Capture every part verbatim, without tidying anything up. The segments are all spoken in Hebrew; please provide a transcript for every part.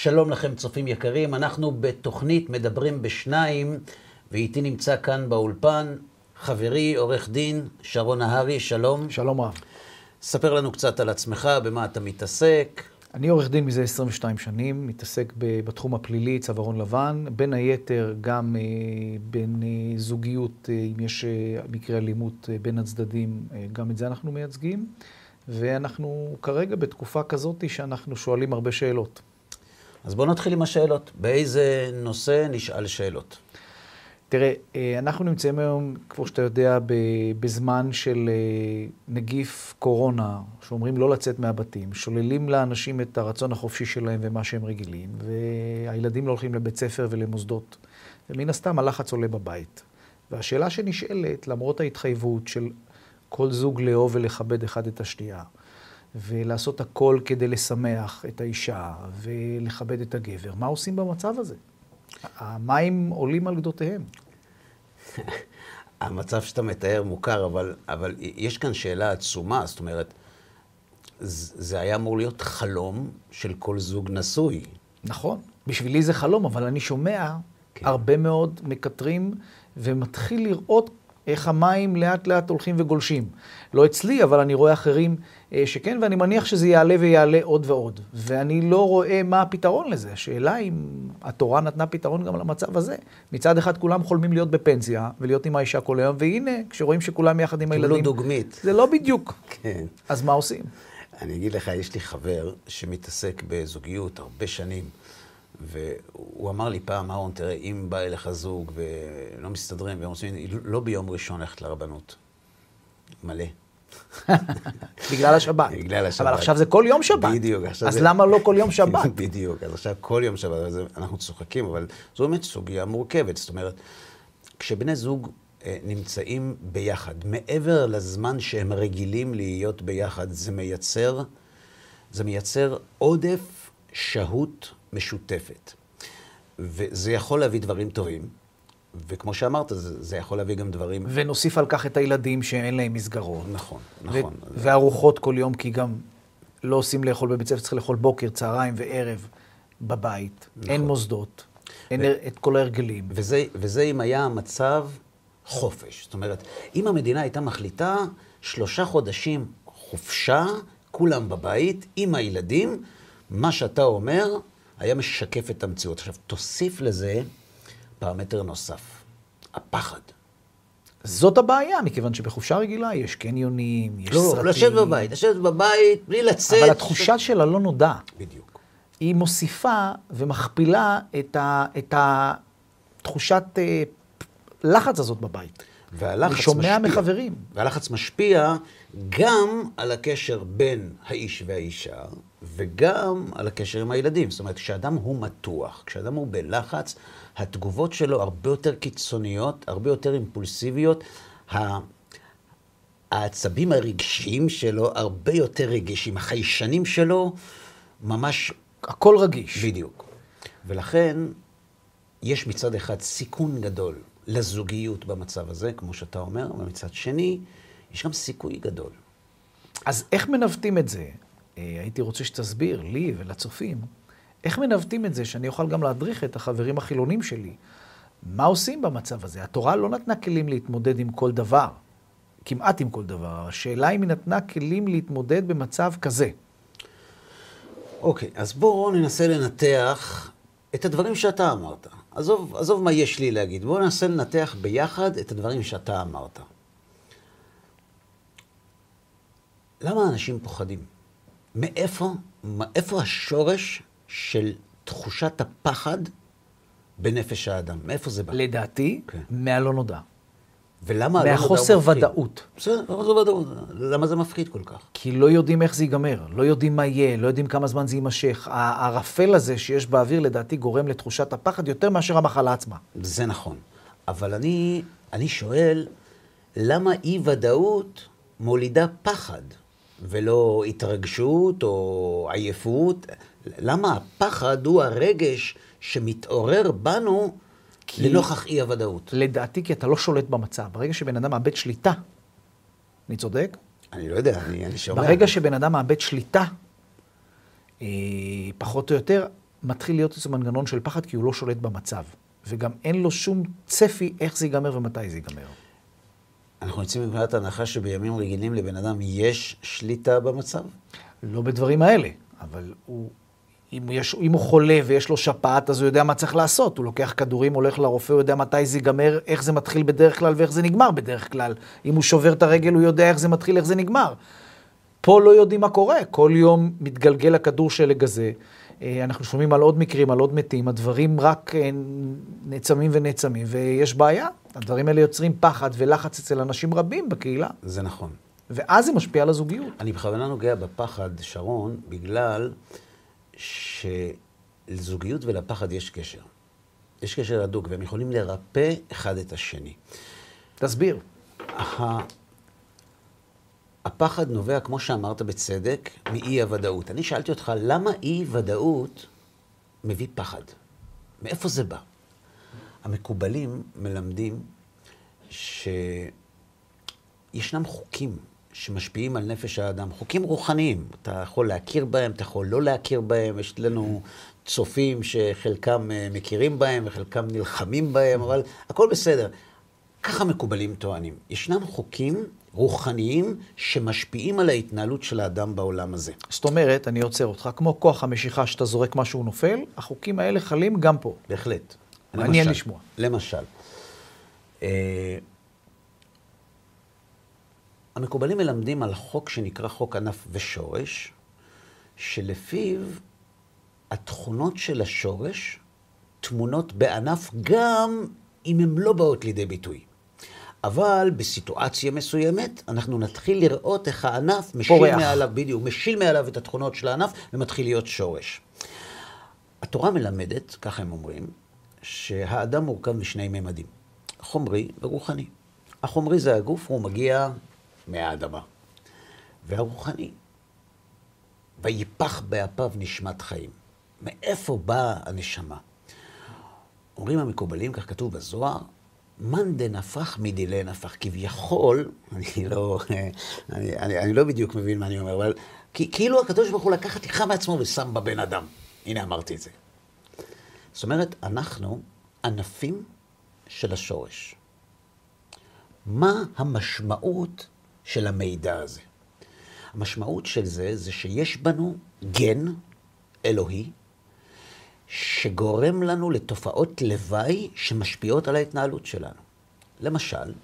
שלום לכם צופים יקרים, אנחנו בתוכנית מדברים בשניים, ואיתי נמצא כאן באולפן חברי עורך דין שרון נהרי, שלום. שלום רב. ספר לנו קצת על עצמך, במה אתה מתעסק. אני עורך דין מזה עשרים ושתיים שנים, מתעסק בתחום הפלילי, צווארון לבן, בין היתר גם בין זוגיות, אם יש מקרה אלימות בין הצדדים, גם את זה אנחנו מייצגים, ואנחנו כרגע בתקופה כזאת שאנחנו שואלים הרבה שאלות. אז בואו נתחיל עם השאלות. באיזה נושא נשאל שאלות? תראה, אנחנו נמצאים היום, כמו שאתה יודע, בזמן של נגיף קורונה, שאומרים לא לצאת מהבתים, שוללים לאנשים את הרצון החופשי שלהם ומה שהם רגילים, והילדים לא הולכים לבית ספר ולמוסדות, ומן הסתם הלחץ עולה בבית. והשאלה שנשאלת, למרות ההתחייבות של כל זוג לאהוב ולכבד אחד את השנייה, ולעשות הכל כדי לשמח את האישה ולכבד את הגבר, מה עושים במצב הזה? המים עולים על גדותיהם. המצב שאתה מתאר מוכר, אבל, אבל יש כאן שאלה עצומה, זאת אומרת, זה היה אמור להיות חלום של כל זוג נשוי. נכון, בשבילי זה חלום, אבל אני שומע כן. הרבה מאוד מקטרים, ומתחיל לראות איך המים לאט לאט הולכים וגולשים. לא אצלי, אבל אני רואה אחרים שכן, ואני מניח שזה יעלה ויעלה עוד ועוד. ואני לא רואה מה הפתרון לזה. השאלה אם התורה נתנה פתרון גם למצב הזה. מצד אחד כולם חולמים להיות בפנסיה, ולהיות עם האישה כל היום, והנה, כשרואים שכולם יחד עם הילדים... לא דוגמית. זה לא בדיוק. כן. אז מה עושים? אני אגיד לך, יש לי חבר שמתעסק בזוגיות הרבה שנים, והוא אמר לי פעם, אהרון, תראה, אם בא אליך זוג ולא מסתדרים, והם עושים, לא ביום ראשון ללכת לרבנות. מלא. בגלל השבת. בגלל השבת. אבל עכשיו זה כל יום שבת. בדיוק. אז למה לא כל יום שבת? בדיוק. אז עכשיו כל יום שבת, אנחנו צוחקים, אבל זו באמת סוגיה מורכבת. זאת אומרת, כשבני זוג נמצאים ביחד, מעבר לזמן שהם רגילים להיות ביחד, זה מייצר, זה מייצר עודף שהות משותפת. וזה יכול להביא דברים טובים, וכמו שאמרת, זה, זה יכול להביא גם דברים... ונוסיף על כך את הילדים שאין להם מסגרות. נכון, נכון. ו- וארוחות כל יום, כי גם לא עושים לאכול בבית ספר, צריך לאכול בוקר, צהריים וערב בבית. נכון. אין מוסדות, אין ו- את כל ההרגלים. וזה, וזה אם היה המצב חופש. זאת אומרת, אם המדינה הייתה מחליטה שלושה חודשים חופשה, כולם בבית, עם הילדים, מה שאתה אומר היה משקף את המציאות. עכשיו, תוסיף לזה פרמטר נוסף, הפחד. זאת הבעיה, מכיוון שבחופשה רגילה יש קניונים, יש לא, סרטים. לא, לשבת בבית, לשבת בבית, בלי לצאת. אבל התחושה ש... של הלא נודע. בדיוק. היא מוסיפה ומכפילה את, ה... את התחושת אה, לחץ הזאת בבית. והלחץ שומע משפיע. מחברים. והלחץ משפיע גם על הקשר בין האיש והאישה, וגם על הקשר עם הילדים. זאת אומרת, כשאדם הוא מתוח, כשאדם הוא בלחץ, התגובות שלו הרבה יותר קיצוניות, הרבה יותר אימפולסיביות, העצבים הרגשיים שלו הרבה יותר רגישים, החיישנים שלו ממש... הכל רגיש. בדיוק. ולכן יש מצד אחד סיכון גדול לזוגיות במצב הזה, כמו שאתה אומר, ומצד שני, יש גם סיכוי גדול. אז איך מנווטים את זה? הייתי רוצה שתסביר לי ולצופים, איך מנווטים את זה שאני אוכל גם להדריך את החברים החילונים שלי? מה עושים במצב הזה? התורה לא נתנה כלים להתמודד עם כל דבר, כמעט עם כל דבר. השאלה אם היא נתנה כלים להתמודד במצב כזה. אוקיי, אז בואו ננסה לנתח את הדברים שאתה אמרת. עזוב, עזוב מה יש לי להגיד. בואו ננסה לנתח ביחד את הדברים שאתה אמרת. למה אנשים פוחדים? מאיפה, מאיפה השורש של תחושת הפחד בנפש האדם? מאיפה זה בא? לדעתי, כן. מהלא נודע. ולמה הלא נודע הוא מהחוסר מפחיד? ודאות. בסדר, חוסר ודאות. למה זה מפחיד כל כך? כי לא יודעים איך זה ייגמר, לא יודעים מה יהיה, לא יודעים כמה זמן זה יימשך. הערפל הזה שיש באוויר לדעתי גורם לתחושת הפחד יותר מאשר המחלה עצמה. זה נכון. אבל אני, אני שואל, למה אי ודאות מולידה פחד? ולא התרגשות או עייפות? למה הפחד הוא הרגש שמתעורר בנו כי... לנוכח אי הוודאות? לדעתי, כי אתה לא שולט במצב. ברגע שבן אדם מאבד שליטה, אני צודק? אני לא יודע, אני, אני שומע. ברגע שבן אדם מאבד שליטה, אה, פחות או יותר, מתחיל להיות איזה מנגנון של פחד, כי הוא לא שולט במצב. וגם אין לו שום צפי איך זה ייגמר ומתי זה ייגמר. אנחנו יוצאים מנקודת ההנחה שבימים רגילים לבן אדם יש שליטה במצב? לא בדברים האלה, אבל הוא, אם, יש, אם הוא חולה ויש לו שפעת, אז הוא יודע מה צריך לעשות. הוא לוקח כדורים, הולך לרופא, הוא יודע מתי זה ייגמר, איך זה מתחיל בדרך כלל ואיך זה נגמר בדרך כלל. אם הוא שובר את הרגל, הוא יודע איך זה מתחיל, איך זה נגמר. פה לא יודעים מה קורה. כל יום מתגלגל הכדור שלג הזה. אנחנו שומעים על עוד מקרים, על עוד מתים. הדברים רק נעצמים ונעצמים, ויש בעיה. הדברים האלה יוצרים פחד ולחץ אצל אנשים רבים בקהילה. זה נכון. ואז זה משפיע על הזוגיות. אני בכוונה נוגע בפחד, שרון, בגלל שלזוגיות ולפחד יש קשר. יש קשר הדוק, והם יכולים לרפא אחד את השני. תסביר. הפחד נובע, כמו שאמרת בצדק, מאי הוודאות. אני שאלתי אותך, למה אי ודאות מביא פחד? מאיפה זה בא? המקובלים מלמדים שישנם חוקים שמשפיעים על נפש האדם, חוקים רוחניים. אתה יכול להכיר בהם, אתה יכול לא להכיר בהם. יש לנו צופים שחלקם מכירים בהם וחלקם נלחמים בהם, אבל הכל בסדר. ככה מקובלים טוענים. ישנם חוקים רוחניים שמשפיעים על ההתנהלות של האדם בעולם הזה. זאת אומרת, אני עוצר אותך, כמו כוח המשיכה שאתה זורק משהו נופל, החוקים האלה חלים גם פה. בהחלט. מעניין לשמוע. למשל, אה, המקובלים מלמדים על חוק שנקרא חוק ענף ושורש, שלפיו התכונות של השורש תמונות בענף גם אם הן לא באות לידי ביטוי. אבל בסיטואציה מסוימת, אנחנו נתחיל לראות איך הענף משיל פורח. מעליו, בדיוק, משיל מעליו את התכונות של הענף ומתחיל להיות שורש. התורה מלמדת, כך הם אומרים, שהאדם מורכב משני ממדים, חומרי ורוחני. החומרי זה הגוף, הוא מגיע מהאדמה. והרוחני, ויפח באפיו נשמת חיים. מאיפה באה הנשמה? אומרים המקובלים, כך כתוב בזוהר, מן דנפח מדילי נפח. כביכול, אני לא, אני, אני, אני לא בדיוק מבין מה אני אומר, אבל כאילו הקדוש ברוך הוא לקח חתיכה מעצמו ושם בבן אדם. הנה אמרתי את זה. זאת אומרת, אנחנו ענפים של השורש. מה המשמעות של המידע הזה? המשמעות של זה, זה שיש בנו גן אלוהי, שגורם לנו לתופעות לוואי שמשפיעות על ההתנהלות שלנו. למשל,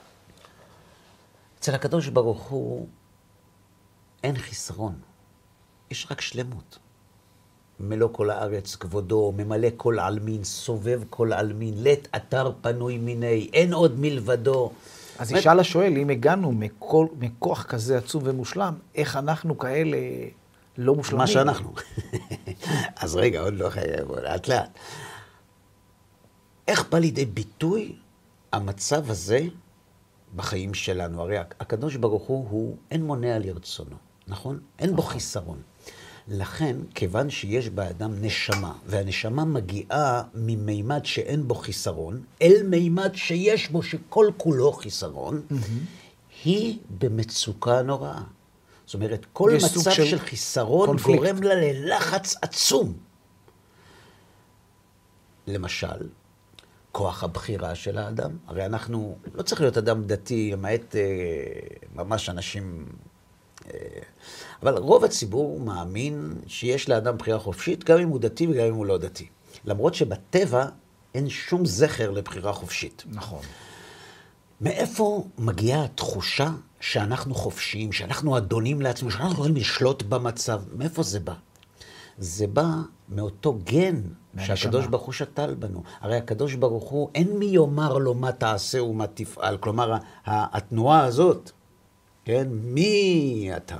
אצל הקדוש ברוך הוא אין חיסרון, יש רק שלמות. מלוא כל הארץ כבודו, ממלא כל עלמין, סובב כל עלמין, לית אתר פנוי מיני, אין עוד מלבדו. אז ישאל השואל, אם הגענו מכל, מכוח כזה עצום ומושלם, איך אנחנו כאלה לא מושלמים? מה שאנחנו. אז רגע, עוד לא חייב, לאט לאט. איך בא לידי ביטוי המצב הזה בחיים שלנו? הרי הקדוש ברוך הוא, הוא אין מונע לרצונו, נכון? אין בו חיסרון. לכן, כיוון שיש באדם נשמה, והנשמה מגיעה ממימד שאין בו חיסרון, אל מימד שיש בו שכל כולו חיסרון, היא במצוקה נוראה. זאת אומרת, כל מצב של, של חיסרון קונפליקט. גורם לה ללחץ עצום. למשל, כוח הבחירה של האדם. הרי אנחנו, לא צריך להיות אדם דתי, למעט אה, ממש אנשים... אה, אבל רוב הציבור מאמין שיש לאדם בחירה חופשית, גם אם הוא דתי וגם אם הוא לא דתי. למרות שבטבע אין שום זכר לבחירה חופשית. נכון. מאיפה מגיעה התחושה שאנחנו חופשיים, שאנחנו אדונים לעצמנו, שאנחנו יכולים לשלוט במצב? מאיפה זה בא? זה בא מאותו גן שהקדוש ברוך הוא שתל בנו. הרי הקדוש ברוך הוא, אין מי יאמר לו מה תעשה ומה תפעל. כלומר, התנועה הזאת, כן, מי אתה?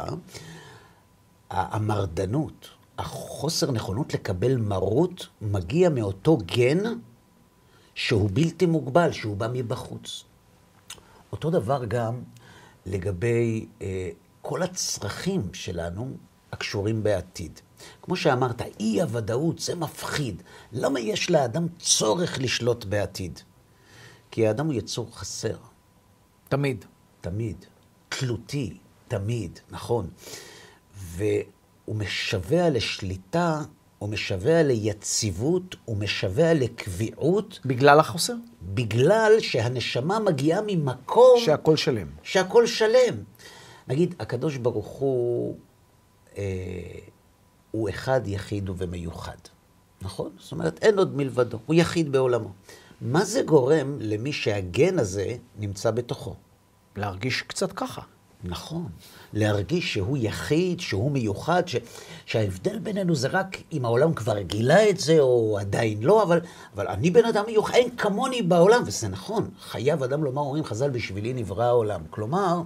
המרדנות, החוסר נכונות לקבל מרות, מגיע מאותו גן שהוא בלתי מוגבל, שהוא בא מבחוץ. אותו דבר גם לגבי אה, כל הצרכים שלנו הקשורים בעתיד. כמו שאמרת, אי הוודאות זה מפחיד. למה יש לאדם צורך לשלוט בעתיד? כי האדם הוא יצור חסר. תמיד. תמיד. תלותי, תמיד, נכון. והוא משווה לשליטה הוא משווע ליציבות, הוא משווע לקביעות. בגלל החוסר? בגלל שהנשמה מגיעה ממקום... שהכל שלם. שהכל שלם. נגיד, הקדוש ברוך הוא, אה, הוא אחד, יחיד ומיוחד. נכון? זאת אומרת, אין עוד מלבדו. הוא יחיד בעולמו. מה זה גורם למי שהגן הזה נמצא בתוכו? להרגיש קצת ככה. נכון. להרגיש שהוא יחיד, שהוא מיוחד, ש... שההבדל בינינו זה רק אם העולם כבר גילה את זה או עדיין לא, אבל, אבל אני בן אדם מיוחד, אין כמוני בעולם, וזה נכון. חייב אדם לומר, אומרים חז"ל, בשבילי נברא העולם. כלומר,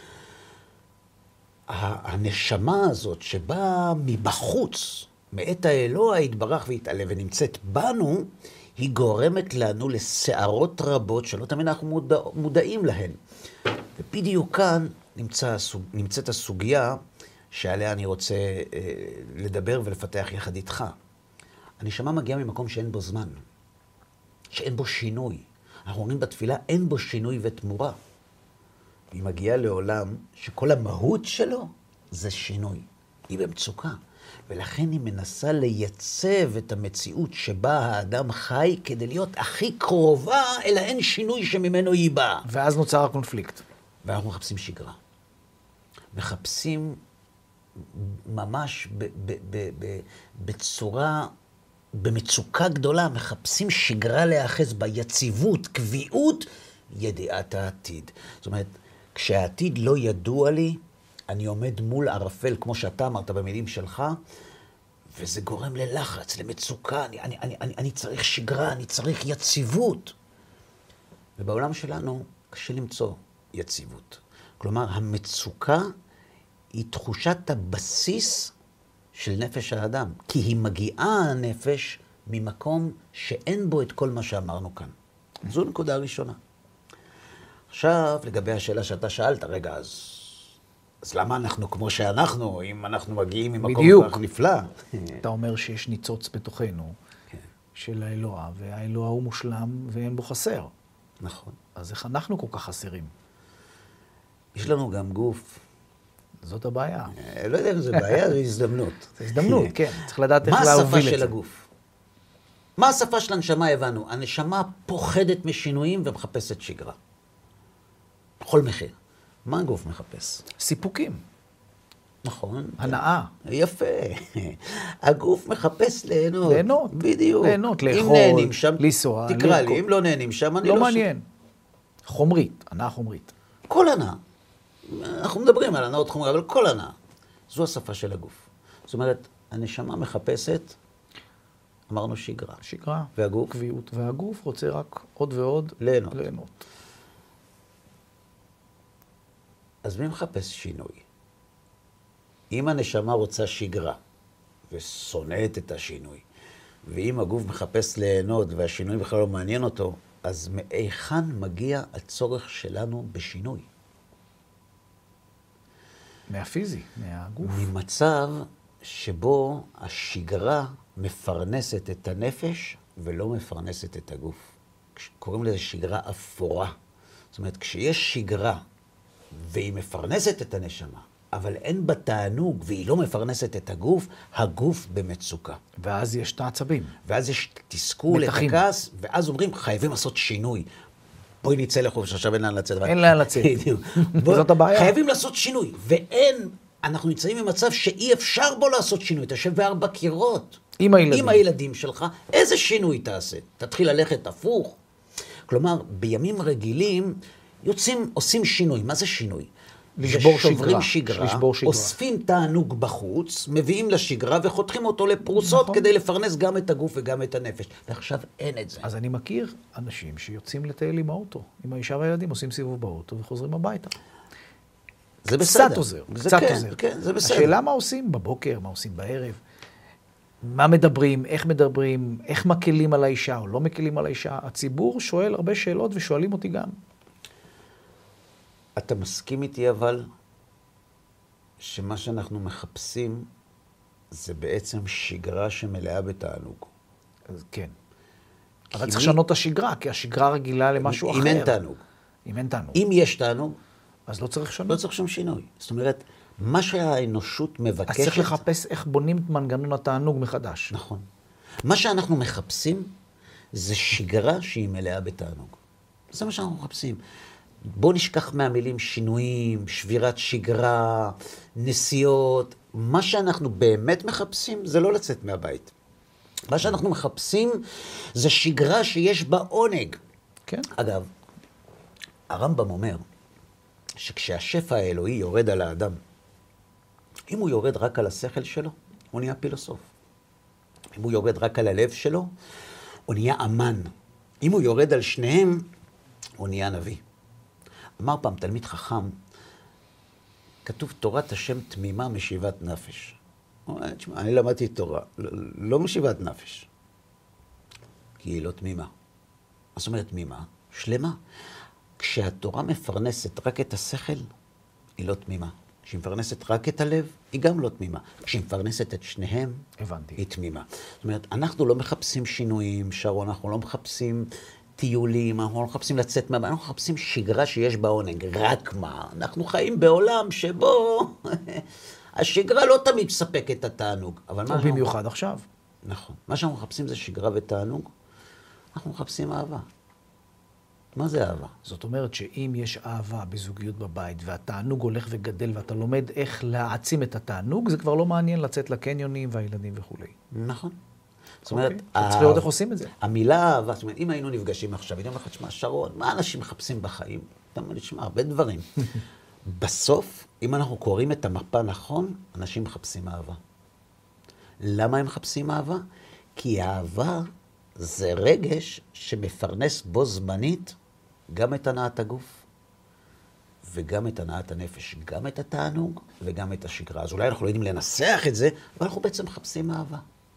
הנשמה הזאת שבאה מבחוץ, מאת האלוה התברך והתעלה ונמצאת בנו, היא גורמת לנו לסערות רבות שלא תמיד אנחנו מודע, מודעים להן. ובדיוק כאן נמצא, נמצאת הסוגיה שעליה אני רוצה אה, לדבר ולפתח יחד איתך. הנשמה מגיעה ממקום שאין בו זמן, שאין בו שינוי. אנחנו אומרים בתפילה, אין בו שינוי ותמורה. היא מגיעה לעולם שכל המהות שלו זה שינוי. היא במצוקה. ולכן היא מנסה לייצב את המציאות שבה האדם חי כדי להיות הכי קרובה אל האין שינוי שממנו היא באה. ואז נוצר הקונפליקט. ואנחנו מחפשים שגרה. מחפשים ממש ב- ב- ב- ב- בצורה, במצוקה גדולה, מחפשים שגרה להיאחז בה, יציבות, קביעות, ידיעת העתיד. זאת אומרת, כשהעתיד לא ידוע לי, אני עומד מול ערפל, כמו שאתה אמרת במילים שלך, וזה גורם ללחץ, למצוקה, אני, אני, אני, אני, אני צריך שגרה, אני צריך יציבות. ובעולם שלנו קשה למצוא יציבות. כלומר, המצוקה היא תחושת הבסיס של נפש האדם, כי היא מגיעה הנפש ממקום שאין בו את כל מה שאמרנו כאן. זו נקודה ראשונה. עכשיו, לגבי השאלה שאתה שאלת, רגע, אז, אז למה אנחנו כמו שאנחנו, אם אנחנו מגיעים ממקום כל כך נפלא? אתה אומר שיש ניצוץ בתוכנו כן. של האלוה, והאלוה הוא מושלם ואין בו חסר. נכון. אז איך אנחנו כל כך חסרים? יש לנו גם גוף. זאת הבעיה. לא יודע אם זה בעיה, זו הזדמנות. זו הזדמנות, כן. צריך לדעת איך להוביל את זה. מה השפה של הגוף? מה השפה של הנשמה הבנו? הנשמה פוחדת משינויים ומחפשת שגרה. בכל מחיר. מה הגוף מחפש? סיפוקים. נכון. הנאה. יפה. הגוף מחפש ליהנות. ליהנות. בדיוק. ליהנות, לאכול, אם נהנים שם, לנסוע. תקרא לי, אם לא נהנים שם, אני לא... לא מעניין. חומרית, הנאה חומרית. כל הנאה. אנחנו מדברים על הנאות חומרית, אבל כל הנאה. זו השפה של הגוף. זאת אומרת, הנשמה מחפשת, אמרנו שגרה. שגרה. והגוף? קביעות. והגוף רוצה רק עוד ועוד ליהנות. ליהנות. אז מי מחפש שינוי? אם הנשמה רוצה שגרה, ושונאת את השינוי, ואם הגוף מחפש ליהנות, והשינוי בכלל לא מעניין אותו, אז מאיכן מגיע הצורך שלנו בשינוי? מהפיזי, מהגוף. ממצב שבו השגרה מפרנסת את הנפש, ולא מפרנסת את הגוף. קוראים לזה שגרה אפורה. זאת אומרת, כשיש שגרה, והיא מפרנסת את הנשמה, אבל אין בה תענוג, והיא לא מפרנסת את הגוף, הגוף במצוקה. ואז יש את העצבים. ואז יש תסכול, את הכעס, ואז אומרים, חייבים לעשות שינוי. בואי נצא לחופש, עכשיו אין לאן לצאת. אין לאן לצאת. זאת הבעיה. חייבים לעשות שינוי, ואין, אנחנו נמצאים במצב שאי אפשר בו לעשות שינוי. אתה יושב בארבע קירות. עם הילדים. עם הילדים שלך, איזה שינוי תעשה? תתחיל ללכת הפוך. כלומר, בימים רגילים, יוצאים, עושים שינוי. מה זה שינוי? לשבור שוברים שגרה. שגרה, לשבור שגרה. אוספים תענוג בחוץ, מביאים לשגרה וחותכים אותו לפרוסות, נכון. כדי לפרנס גם את הגוף וגם את הנפש. ועכשיו אין את זה. אז אני מכיר אנשים שיוצאים לטייל עם האוטו, עם האישה והילדים, עושים סיבוב באוטו וחוזרים הביתה. זה בסדר. קצת עוזר, זה קצת כן, עוזר. כן, זה בסדר. השאלה מה עושים בבוקר, מה עושים בערב, מה מדברים, איך מדברים, איך מקלים על האישה או לא מקלים על האישה. הציבור שואל הרבה שאלות ושואלים אותי גם. אתה מסכים איתי אבל שמה שאנחנו מחפשים זה בעצם שגרה שמלאה בתענוג. אז כן. אבל צריך לשנות את השגרה, כי השגרה רגילה למשהו אחר. אם אין תענוג. אם אין תענוג. אם יש תענוג, אז לא צריך לשנות. לא צריך שום שינוי. זאת אומרת, מה שהאנושות מבקשת... אז צריך לחפש איך בונים את מנגנון התענוג מחדש. נכון. מה שאנחנו מחפשים זה שגרה שהיא מלאה בתענוג. זה מה שאנחנו מחפשים. בוא נשכח מהמילים שינויים, שבירת שגרה, נסיעות. מה שאנחנו באמת מחפשים זה לא לצאת מהבית. מה שאנחנו מחפשים זה שגרה שיש בה עונג. כן. אגב, הרמב"ם אומר שכשהשפע האלוהי יורד על האדם, אם הוא יורד רק על השכל שלו, הוא נהיה פילוסוף. אם הוא יורד רק על הלב שלו, הוא נהיה אמן. אם הוא יורד על שניהם, הוא נהיה נביא. אמר פעם תלמיד חכם, כתוב תורת השם תמימה משיבת נפש. הוא אומר, תשמע, אני למדתי תורה, לא, לא משיבת נפש. כי היא לא תמימה. מה זאת אומרת תמימה? שלמה. כשהתורה מפרנסת רק את השכל, היא לא תמימה. כשהיא מפרנסת רק את הלב, היא גם לא תמימה. כשהיא מפרנסת את שניהם, הבנתי. היא תמימה. זאת אומרת, אנחנו לא מחפשים שינויים, שרון, אנחנו לא מחפשים טיולים, אנחנו לא מחפשים לצאת מהבית, אנחנו מחפשים שגרה שיש בה עונג. רק מה? אנחנו חיים בעולם שבו השגרה לא תמיד מספקת את התענוג. אבל מה במיוחד שאנחנו... עכשיו. נכון. מה שאנחנו מחפשים זה שגרה ותענוג. אנחנו מחפשים אהבה. מה זה אהבה? זאת אומרת שאם יש אהבה בזוגיות בבית, והתענוג הולך וגדל, ואתה לומד איך להעצים את התענוג, זה כבר לא מעניין לצאת לקניונים והילדים וכו'. נכון. זאת אומרת, צריך לראות איך עושים את זה. המילה אהבה, זאת אומרת, אם היינו נפגשים עכשיו, הייתי אומר לך, תשמע, שרון, מה אנשים מחפשים בחיים? אתה אומר לי, תשמע, הרבה דברים. בסוף, אם אנחנו קוראים את המפה נכון, אנשים מחפשים אהבה. למה הם מחפשים אהבה? כי אהבה זה רגש שמפרנס בו זמנית גם את הנעת הגוף, וגם את הנעת הנפש, גם את התענוג וגם את השגרה. אז אולי אנחנו לא יודעים לנסח את זה, אבל אנחנו בעצם מחפשים אהבה.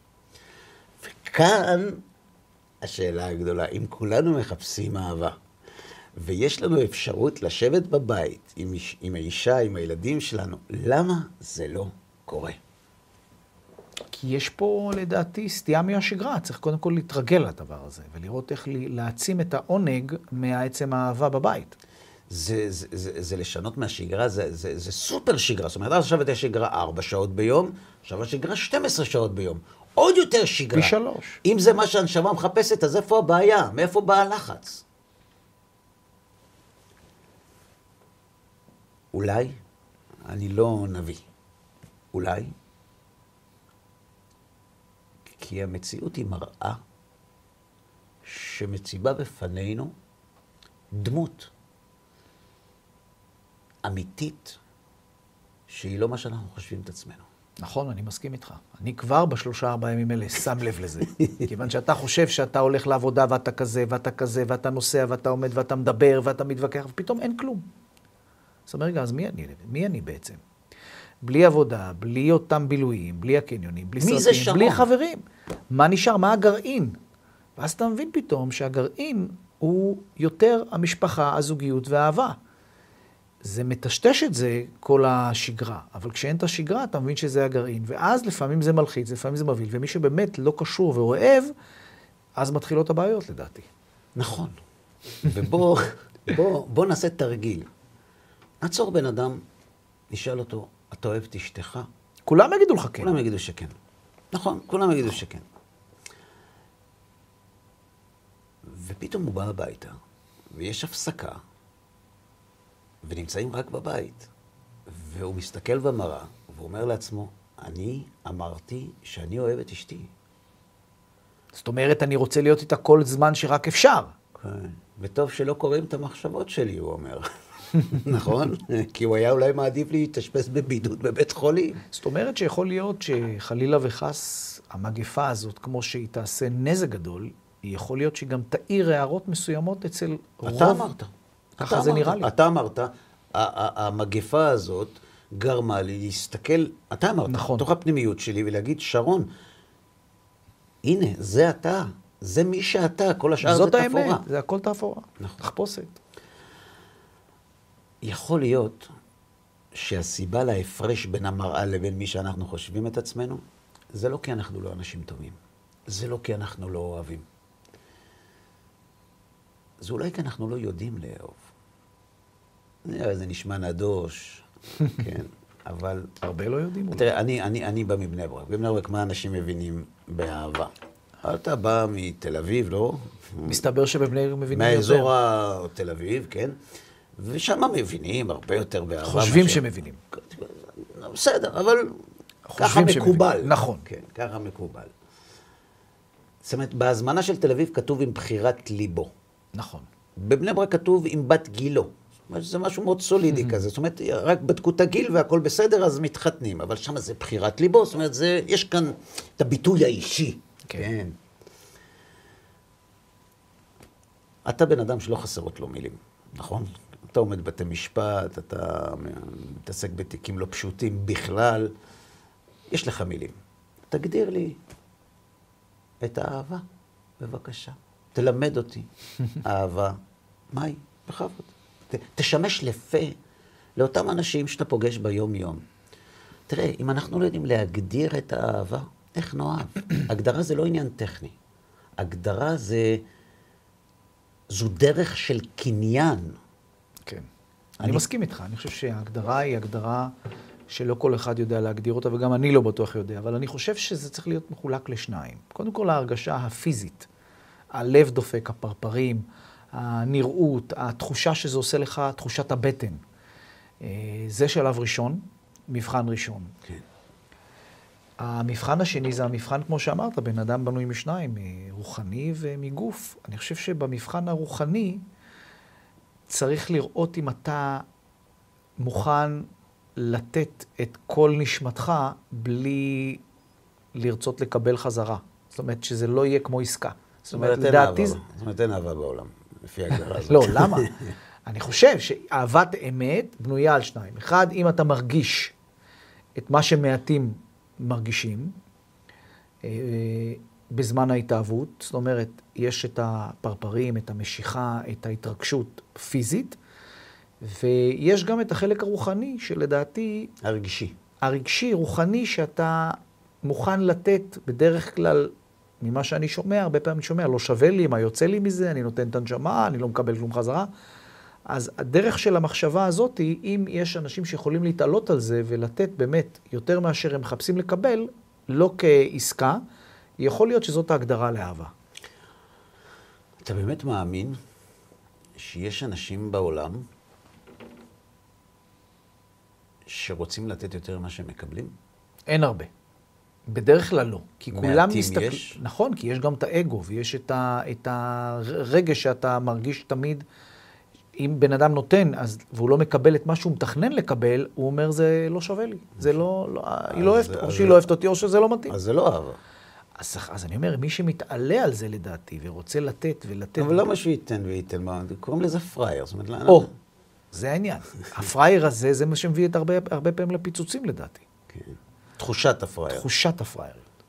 וכאן השאלה הגדולה, אם כולנו מחפשים אהבה, ויש לנו אפשרות לשבת בבית עם, עם האישה, עם הילדים שלנו, למה זה לא קורה? כי יש פה, לדעתי, סטייה מהשגרה. צריך קודם כל להתרגל לדבר הזה, ולראות איך להעצים את העונג מהעצם האהבה בבית. זה, זה, זה, זה לשנות מהשגרה, זה, זה, זה סופר שגרה. זאת אומרת, עכשיו יש שגרה ארבע שעות ביום, עכשיו השגרה שתים עשרה שעות ביום. עוד יותר שגרה. פי שלוש. אם זה מה שהנשמה מחפשת, אז איפה הבעיה? מאיפה בא הלחץ? אולי, אני לא נביא, אולי, כי המציאות היא מראה שמציבה בפנינו דמות אמיתית שהיא לא מה שאנחנו חושבים את עצמנו. נכון, אני מסכים איתך. אני כבר בשלושה ארבעה ימים האלה שם לב לזה. כיוון שאתה חושב שאתה הולך לעבודה ואתה כזה ואתה כזה ואתה נוסע ואתה עומד ואתה מדבר ואתה מתווכח ופתאום אין כלום. זאת אומרת, רגע, אז מי אני? מי אני בעצם? בלי עבודה, בלי אותם בילויים, בלי הקניונים, בלי סרטים, בלי חברים. מה נשאר? מה הגרעין? ואז אתה מבין פתאום שהגרעין הוא יותר המשפחה, הזוגיות והאהבה. זה מטשטש את זה כל השגרה, אבל כשאין את השגרה אתה מבין שזה הגרעין, ואז לפעמים זה מלחיץ, לפעמים זה מבהיל, ומי שבאמת לא קשור ואוהב, אז מתחילות הבעיות לדעתי. נכון. ובוא בוא, בוא נעשה תרגיל. נעצור בן אדם, נשאל אותו, אתה אוהב את אשתך? כולם יגידו לך כן. כולם יגידו שכן. נכון, כולם יגידו שכן. ופתאום הוא בא הביתה, ויש הפסקה, ונמצאים רק בבית, והוא מסתכל במראה, והוא אומר לעצמו, אני אמרתי שאני אוהב את אשתי. זאת אומרת, אני רוצה להיות איתה כל זמן שרק אפשר. כן, וטוב שלא קוראים את המחשבות שלי, הוא אומר. נכון? כי הוא היה אולי מעדיף להתאשפז בבידוד בבית חולים. זאת אומרת שיכול להיות שחלילה וחס המגפה הזאת, כמו שהיא תעשה נזק גדול, היא יכול להיות שהיא גם תאיר הערות מסוימות אצל רוב. אתה אמרת. ככה זה נראה לי. אתה אמרת, המגפה הזאת גרמה לי להסתכל, אתה אמרת, נכון. תוך הפנימיות שלי, ולהגיד, שרון, הנה, זה אתה, זה מי שאתה, כל השאר זה תפאורה. זאת האמת, זה הכל תפאורה. נכון. תחפושת. יכול להיות שהסיבה להפרש בין המראה לבין מי שאנחנו חושבים את עצמנו, זה לא כי אנחנו לא אנשים טובים. זה לא כי אנחנו לא אוהבים. זה אולי כי אנחנו לא יודעים לאהוב. זה נשמע נדוש, כן. אבל... הרבה לא יודעים. תראה, אני, אני, אני בא מבני ברק. בבני ברק, מה אנשים מבינים באהבה? אתה בא מתל אביב, לא? מסתבר שבבני ברק מבינים יותר. מהאזור התל אביב, כן? ושם מבינים הרבה יותר באהבה. חושבים שמבינים. בסדר, אבל ככה מקובל. נכון. כן, ככה מקובל. זאת אומרת, בהזמנה של תל אביב כתוב עם בחירת ליבו. נכון. בבני ברק כתוב עם בת גילו. זאת אומרת, זה משהו מאוד סולידי כזה. זאת אומרת, רק בדקו את הגיל והכל בסדר, אז מתחתנים. אבל שם זה בחירת ליבו. זאת אומרת, זה, יש כאן את הביטוי האישי. כן. אתה בן אדם שלא חסרות לו מילים, נכון? אתה עומד בבתי משפט, אתה מתעסק בתיקים לא פשוטים בכלל. יש לך מילים. תגדיר לי את האהבה, בבקשה. תלמד אותי. אהבה, מהי? בכבוד. ת, תשמש לפה לאותם אנשים שאתה פוגש ביום-יום. תראה, אם אנחנו לא יודעים להגדיר את האהבה, איך נאהב? הגדרה זה לא עניין טכני. הגדרה זה... זו דרך של קניין. כן. אני, אני מסכים איתך. אני חושב שההגדרה היא הגדרה שלא כל אחד יודע להגדיר אותה, וגם אני לא בטוח יודע, אבל אני חושב שזה צריך להיות מחולק לשניים. קודם כל, ההרגשה הפיזית, הלב דופק, הפרפרים, הנראות, התחושה שזה עושה לך, תחושת הבטן. זה שלב ראשון, מבחן ראשון. כן. המבחן השני זה המבחן, כמו שאמרת, בן אדם בנוי משניים, רוחני ומגוף. אני חושב שבמבחן הרוחני צריך לראות אם אתה מוכן לתת את כל נשמתך בלי לרצות לקבל חזרה. זאת אומרת, שזה לא יהיה כמו עסקה. זאת אומרת, אין אהבה. זאת אומרת, אין אהבה בעולם, לפי ההגדרה הזאת. לא, למה? אני חושב שאהבת אמת בנויה על שניים. אחד, אם אתה מרגיש את מה שמעטים מרגישים בזמן ההתאהבות, זאת אומרת, יש את הפרפרים, את המשיכה, את ההתרגשות פיזית, ויש גם את החלק הרוחני, שלדעתי... הרגשי. הרגשי, רוחני, שאתה מוכן לתת בדרך כלל, ממה שאני שומע, הרבה פעמים שומע, לא שווה לי, מה יוצא לי מזה, אני נותן את הנשמה, אני לא מקבל כלום חזרה. אז הדרך של המחשבה הזאת היא, אם יש אנשים שיכולים להתעלות על זה ולתת באמת יותר מאשר הם מחפשים לקבל, לא כעסקה, יכול להיות שזאת ההגדרה לאהבה. אתה באמת מאמין שיש אנשים בעולם שרוצים לתת יותר ממה שהם מקבלים? אין הרבה. בדרך כלל לא. כי כולם מסתכלים... יש? נכון, כי יש גם את האגו, ויש את, ה... את הרגש שאתה מרגיש תמיד... אם בן אדם נותן, אז, והוא לא מקבל את מה שהוא מתכנן לקבל, הוא אומר, זה לא שווה לי. זה לא, לא, היא לא אוהבת, או שהיא לא אוהבת אותי, או שזה לא מתאים. אז זה לא אהבה. אז, אז אני אומר, מי שמתעלה על זה לדעתי, ורוצה לתת ולתת... אבל למה שהוא ייתן וייתן? מה? קוראים לזה פרייר. זאת אומרת, או, זה העניין. הפרייר הזה, זה מה שמביא את הרבה, הרבה פעמים לפיצוצים לדעתי. כן. תחושת הפרייר. תחושת הפרייריות.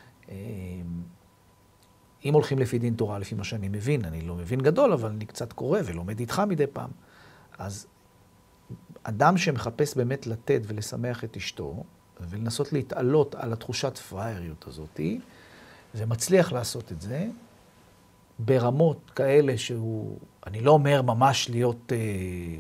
אם הולכים לפי דין תורה, לפי מה שאני מבין, אני לא מבין גדול, אבל אני קצת קורא ולומד איתך מדי פעם. אז אדם שמחפש באמת לתת ולשמח את אשתו, ולנסות להתעלות על התחושת פרייריות הזאת, ומצליח לעשות את זה, ברמות כאלה שהוא, אני לא אומר ממש להיות, אה,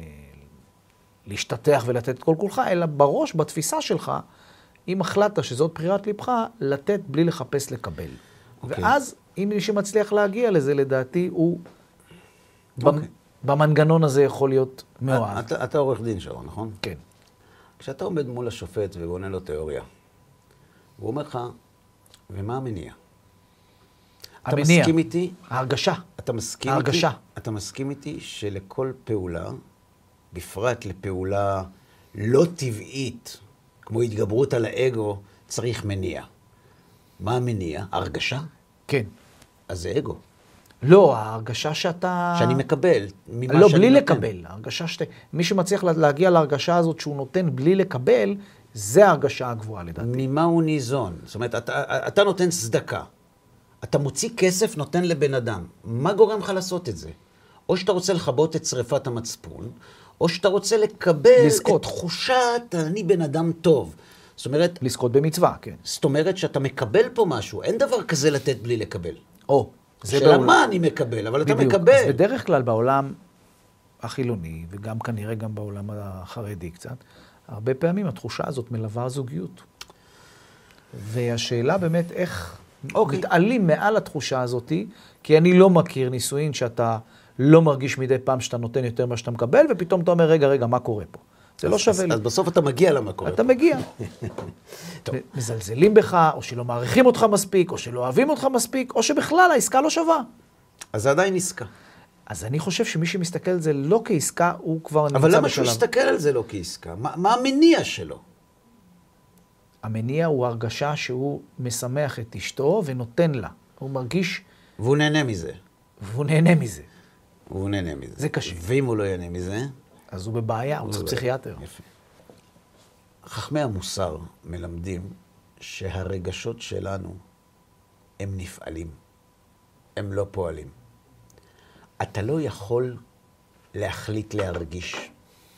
להשתתח ולתת את כל כולך, אלא בראש, בתפיסה שלך, אם החלטת שזאת בחירת לבך, לתת בלי לחפש לקבל. Okay. ואז, אם מי שמצליח להגיע לזה, לדעתי, הוא okay. במנגנון הזה יכול להיות מאוהב. אתה, אתה עורך דין שרון, נכון? כן. כשאתה עומד מול השופט ובונה לו תיאוריה, הוא אומר לך, ומה המניע? המניע. אתה מסכים איתי? ההרגשה. אתה מסכים ההרגשה. איתי? אתה מסכים איתי שלכל פעולה, בפרט לפעולה לא טבעית, כמו התגברות על האגו, צריך מניע. מה המניע? הרגשה? כן. אז זה אגו. לא, ההרגשה שאתה... שאני מקבל. ממה לא, שאני בלי נותן. לקבל. ההרגשה שאתה... מי שמצליח להגיע להרגשה הזאת שהוא נותן בלי לקבל, זה ההרגשה הגבוהה לדעתי. ממה הוא ניזון? זאת אומרת, אתה, אתה נותן צדקה. אתה מוציא כסף, נותן לבן אדם. מה גורם לך לעשות את זה? או שאתה רוצה לכבות את שריפת המצפון, או שאתה רוצה לקבל לזכות. את תחושת אני בן אדם טוב. זאת אומרת... לזכות במצווה, כן. זאת אומרת שאתה מקבל פה משהו. אין דבר כזה לתת בלי לקבל. או. שאלה בעול... מה אני מקבל, אבל בדיוק. אתה מקבל. אז בדרך כלל בעולם החילוני, וגם כנראה גם בעולם החרדי קצת, הרבה פעמים התחושה הזאת מלווה הזוגיות. והשאלה באמת איך אוקיי. מתעלים מעל התחושה הזאת, כי אני לא מכיר נישואין שאתה לא מרגיש מדי פעם שאתה נותן יותר מה שאתה מקבל, ופתאום אתה אומר, רגע, רגע, מה קורה פה? זה לא שווה לי. אז בסוף אתה מגיע למה קורה. אתה מגיע. מזלזלים בך, או שלא מעריכים אותך מספיק, או שלא אוהבים אותך מספיק, או שבכלל העסקה לא שווה. אז זה עדיין עסקה. אז אני חושב שמי שמסתכל על זה לא כעסקה, הוא כבר נמצא בשלב. אבל למה שהוא יסתכל על זה לא כעסקה? מה, מה המניע שלו? המניע הוא הרגשה שהוא משמח את אשתו ונותן לה. הוא מרגיש... והוא נהנה מזה. והוא נהנה מזה. והוא נהנה מזה. זה קשה. ואם הוא לא ייהנה מזה... אז הוא בבעיה, הוא צריך פסיכיאטר. יפה. חכמי המוסר מלמדים שהרגשות שלנו הם נפעלים. הם לא פועלים. אתה לא יכול להחליט להרגיש.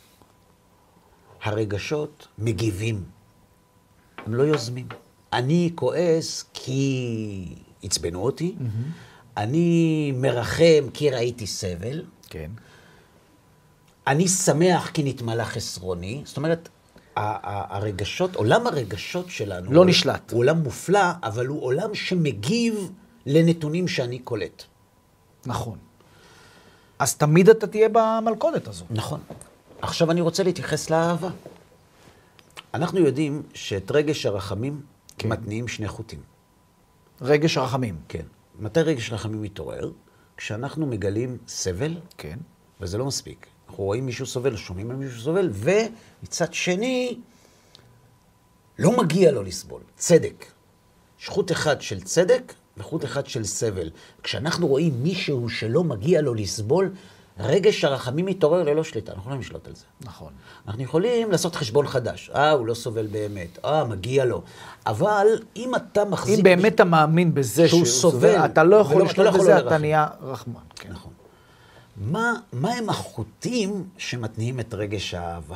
הרגשות מגיבים. הם לא יוזמים. אני כועס כי עצבנו אותי. Mm-hmm. אני מרחם כי ראיתי סבל. כן. אני שמח כי נתמלא חסרוני. זאת אומרת, הרגשות, עולם הרגשות שלנו... לא נשלט. הוא עולם מופלא, אבל הוא עולם שמגיב לנתונים שאני קולט. נכון. אז תמיד אתה תהיה במלכודת הזו. נכון. עכשיו אני רוצה להתייחס לאהבה. אנחנו יודעים שאת רגש הרחמים כן. מתניעים שני חוטים. רגש הרחמים. כן. מתי רגש הרחמים מתעורר? כשאנחנו מגלים סבל, כן. וזה לא מספיק. אנחנו רואים מישהו סובל, שומעים על מישהו סובל, ומצד שני, לא מגיע לו לסבול. צדק. יש חוט אחד של צדק וחוט אחד של סבל. כשאנחנו רואים מישהו שלא מגיע לו לסבול, רגש הרחמים מתעורר ללא שליטה. אנחנו לא יכולים לשלוט על זה. נכון. אנחנו יכולים לעשות חשבון חדש. אה, הוא לא סובל באמת. אה, מגיע לו. אבל אם אתה מחזיק... אם באמת אתה מאמין בזה שהוא סובל, אתה לא יכול לשלוט בזה, אתה נהיה רחמן. נכון. מה, מה הם החוטים שמתניעים את רגש האהבה?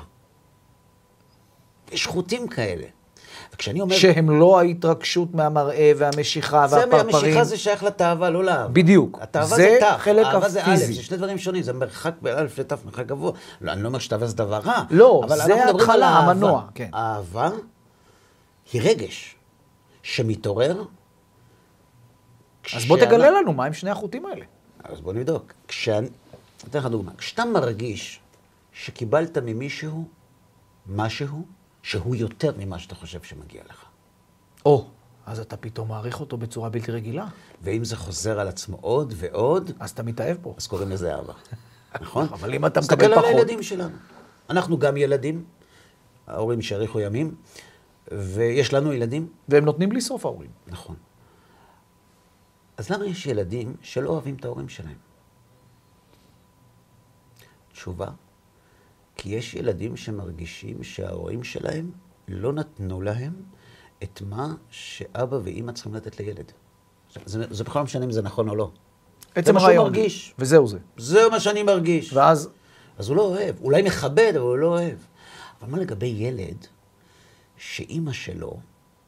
יש חוטים כאלה. וכשאני אומר... שהם לא ההתרגשות מהמראה והמשיכה והפרפרים. זה המשיכה זה שייך לתאווה, לא לאהבה. בדיוק. התאווה זה תח, חלק האהבה זה א', הפיזי. זה שני דברים שונים, זה מרחק באלף לתף, מרחק גבוה. לא, אני לא אומר שתאווה זה דבר רע. לא, אבל זה ההתחלה, המנוע. כן. האהבה היא רגש שמתעורר. אז בוא תגלה לנו מה הם שני החוטים האלה. אז בוא נבדוק. כשאני... אתן לך דוגמה. כשאתה מרגיש שקיבלת ממישהו משהו שהוא יותר ממה שאתה חושב שמגיע לך. או, אז אתה פתאום מעריך אותו בצורה בלתי רגילה. ואם זה חוזר על עצמו עוד ועוד, אז אתה מתאהב בו. אז קוראים לזה אהבה. נכון? אבל אם אתה מקבל תסתכל פחות... על הילדים שלנו. אנחנו גם ילדים, ההורים שיאריכו ימים, ויש לנו ילדים. והם נותנים בלי סוף ההורים. נכון. אז למה יש ילדים שלא אוהבים את ההורים שלהם? תשובה, כי יש ילדים שמרגישים שההורים שלהם לא נתנו להם את מה שאבא ואמא צריכים לתת לילד. זה, זה בכלל לא משנה אם זה נכון או לא. עצם הרעיון. מרגיש. וזהו זה. זהו מה שאני מרגיש. ואז? אז הוא לא אוהב. אולי מכבד, אבל הוא לא אוהב. אבל מה לגבי ילד שאמא שלו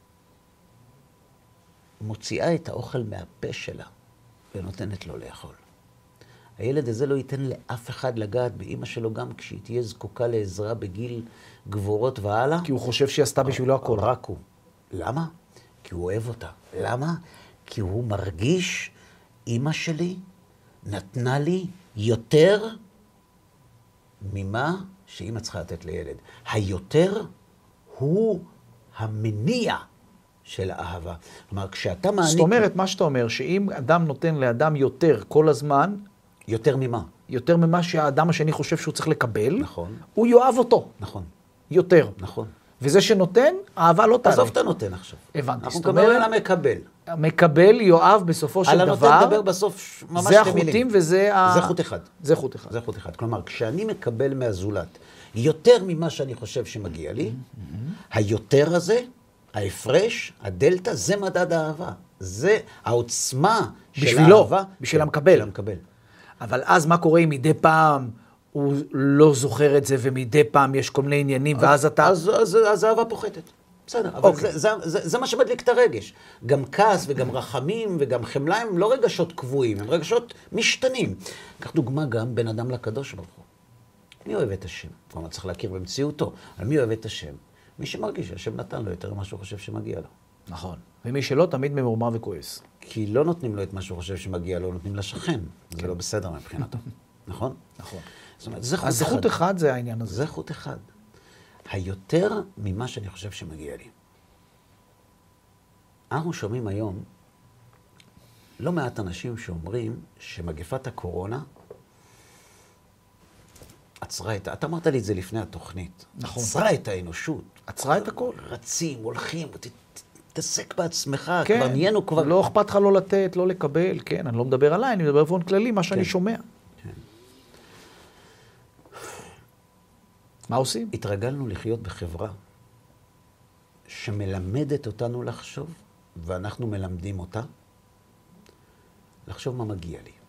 מוציאה את האוכל מהפה שלה ונותנת לו לאכול? הילד הזה לא ייתן לאף אחד לגעת באמא שלו גם כשהיא תהיה זקוקה לעזרה בגיל גבורות והלאה. כי הוא חושב שהיא עשתה בשבילו הכל. רק הוא. למה? כי הוא אוהב אותה. למה? כי הוא מרגיש, אמא שלי נתנה לי יותר ממה שאמא צריכה לתת לילד. היותר הוא המניע של האהבה. כלומר, כשאתה מעניק... זאת אומרת, מה שאתה אומר, שאם אדם נותן לאדם יותר כל הזמן, יותר ממה? יותר ממה שהאדם השני חושב שהוא צריך לקבל, נכון. הוא יאהב אותו. נכון. יותר. נכון. וזה שנותן, אהבה לא תעלה. עזוב אתה נותן עכשיו. הבנתי. אנחנו מדברים על המקבל. המקבל יואב בסופו של דבר. על הנותן מדבר בסוף ממש שתי מילים. זה החוטים וזה ה... זה חוט אחד. זה חוט אחד. זה חוט אחד. כלומר, כשאני מקבל מהזולת יותר ממה שאני חושב שמגיע לי, היותר הזה, ההפרש, הדלטה, זה מדד האהבה. זה העוצמה של האהבה. בשביל המקבל. בשביל המקבל. אבל אז מה קורה אם מדי פעם הוא לא זוכר את זה, ומדי פעם יש כל מיני עניינים, ואז אתה... אז, אז, אז האהבה פוחתת. בסדר, אבל אוקיי. זה, זה, זה, זה מה שמדליק את הרגש. גם כעס וגם רחמים וגם חמלה הם לא רגשות קבועים, הם רגשות משתנים. כך דוגמה גם בין אדם לקדוש ברוך הוא. מי אוהב את השם? כלומר, צריך להכיר במציאותו. אבל מי אוהב את השם? מי שמרגיש שהשם נתן לו יותר ממה שהוא חושב שמגיע לו. נכון. ומי שלא, תמיד ממורמר וכועס. כי לא נותנים לו את מה שהוא חושב שמגיע לו, נותנים לשכן. זה לא בסדר מבחינתו. נכון? נכון. זאת אומרת, זה חוט אחד. אז חוט אחד זה העניין הזה. זה חוט אחד. היותר ממה שאני חושב שמגיע לי. אנחנו שומעים היום לא מעט אנשים שאומרים שמגפת הקורונה עצרה את... אתה אמרת לי את זה לפני התוכנית. נכון. עצרה את האנושות. עצרה את הכל. רצים, הולכים, ת, תתעסק בעצמך, כן. כבר נהיינו כבר... לא אכפת לך לא לתת, לא לקבל, כן, אני לא מדבר עליי, אני מדבר באופן כללי, מה שאני כן. שומע. כן. מה עושים? התרגלנו לחיות בחברה שמלמדת אותנו לחשוב, ואנחנו מלמדים אותה, לחשוב מה מגיע לי.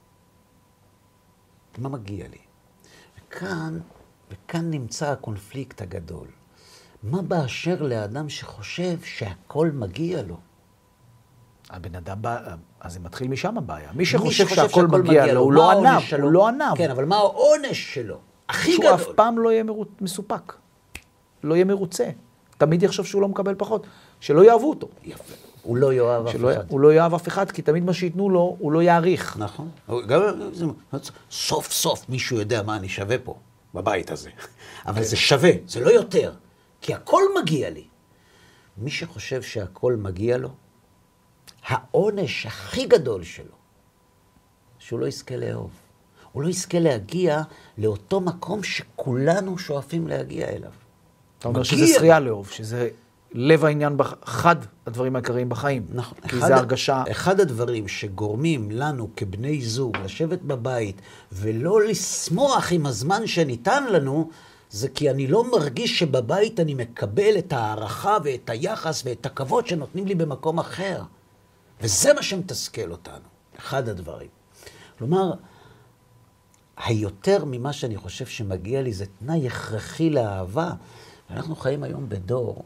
מה מגיע לי? וכאן, וכאן נמצא הקונפליקט הגדול. מה באשר לאדם שחושב שהכל מגיע לו? הבן אדם בא, אז זה מתחיל משם הבעיה. מי שחושב שחושב שהכל מגיע לו, הוא לא ענב, הוא לא ענב. כן, אבל מה העונש שלו? הכי שהוא גדול. אף פעם לא יהיה מרו... מסופק. לא יהיה מרוצה. תמיד יחשוב שהוא לא מקבל פחות. שלא יאהבו אותו. יפה. הוא לא יאהב אף אחד. הוא לא יאהב אף אחד, כי תמיד מה שיתנו לו, הוא לא יעריך. נכון. גם סוף סוף מישהו יודע מה אני שווה פה, בבית הזה. אבל זה שווה, זה לא יותר. כי הכל מגיע לי. מי שחושב שהכל מגיע לו, העונש הכי גדול שלו, שהוא לא יזכה לאהוב. הוא לא יזכה להגיע לאותו מקום שכולנו שואפים להגיע אליו. אתה אומר שזה זכייה לאהוב, שזה לב העניין, אחד הדברים העיקריים בחיים. נכון. כי זה הרגשה... אחד הדברים שגורמים לנו כבני זוג לשבת בבית ולא לשמוח עם הזמן שניתן לנו, זה כי אני לא מרגיש שבבית אני מקבל את הערכה ואת היחס ואת הכבוד שנותנים לי במקום אחר. וזה מה שמתסכל אותנו. אחד הדברים. כלומר, היותר ממה שאני חושב שמגיע לי זה תנאי הכרחי לאהבה. ואנחנו חיים היום בדור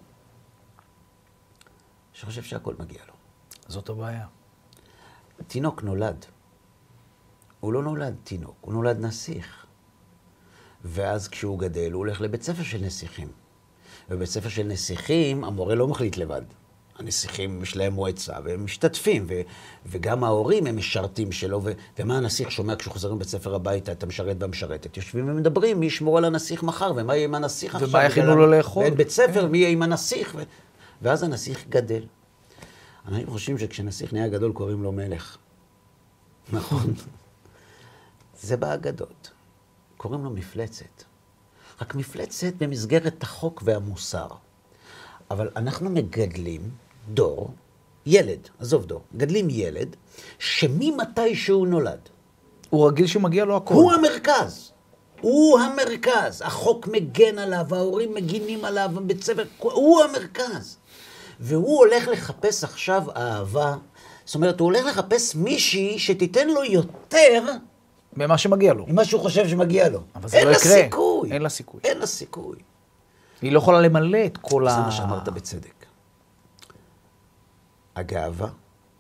שחושב שהכל מגיע לו. זאת הבעיה. תינוק נולד. הוא לא נולד תינוק, הוא נולד נסיך. ואז כשהוא גדל, הוא הולך לבית ספר של נסיכים. ובבית ספר של נסיכים, המורה לא מחליט לבד. הנסיכים יש להם מועצה, והם משתתפים, ו- וגם ההורים הם משרתים שלו, ו- ומה הנסיך שומע כשחוזרים בבית ספר הביתה, את המשרת והמשרתת. יושבים ומדברים, מי ישמור על הנסיך מחר, ומה יהיה עם הנסיך עכשיו? ומה יכינו לו לאכול? ואין בית ספר, מי יהיה עם הנסיך? ו- ואז הנסיך גדל. אנחנו חושבים שכשנסיך נהיה גדול, קוראים לו מלך. נכון. זה באגדות. קוראים לו מפלצת. רק מפלצת במסגרת החוק והמוסר. אבל אנחנו מגדלים דור, ילד, עזוב דור, מגדלים ילד, שממתי שהוא נולד. הוא רגיל שמגיע לו הכל. הוא המרכז. הוא המרכז. החוק מגן עליו, ההורים מגינים עליו, בית ספר, הוא המרכז. והוא הולך לחפש עכשיו אהבה. זאת אומרת, הוא הולך לחפש מישהי שתיתן לו יותר ממה שמגיע לו. ממה שהוא חושב שמגיע לו. אבל זה אין לא לה יקרה. סיכוי. אין לה סיכוי. אין לה סיכוי. היא לא יכולה למלא את כל ה... זה מה שאמרת בצדק. הגאווה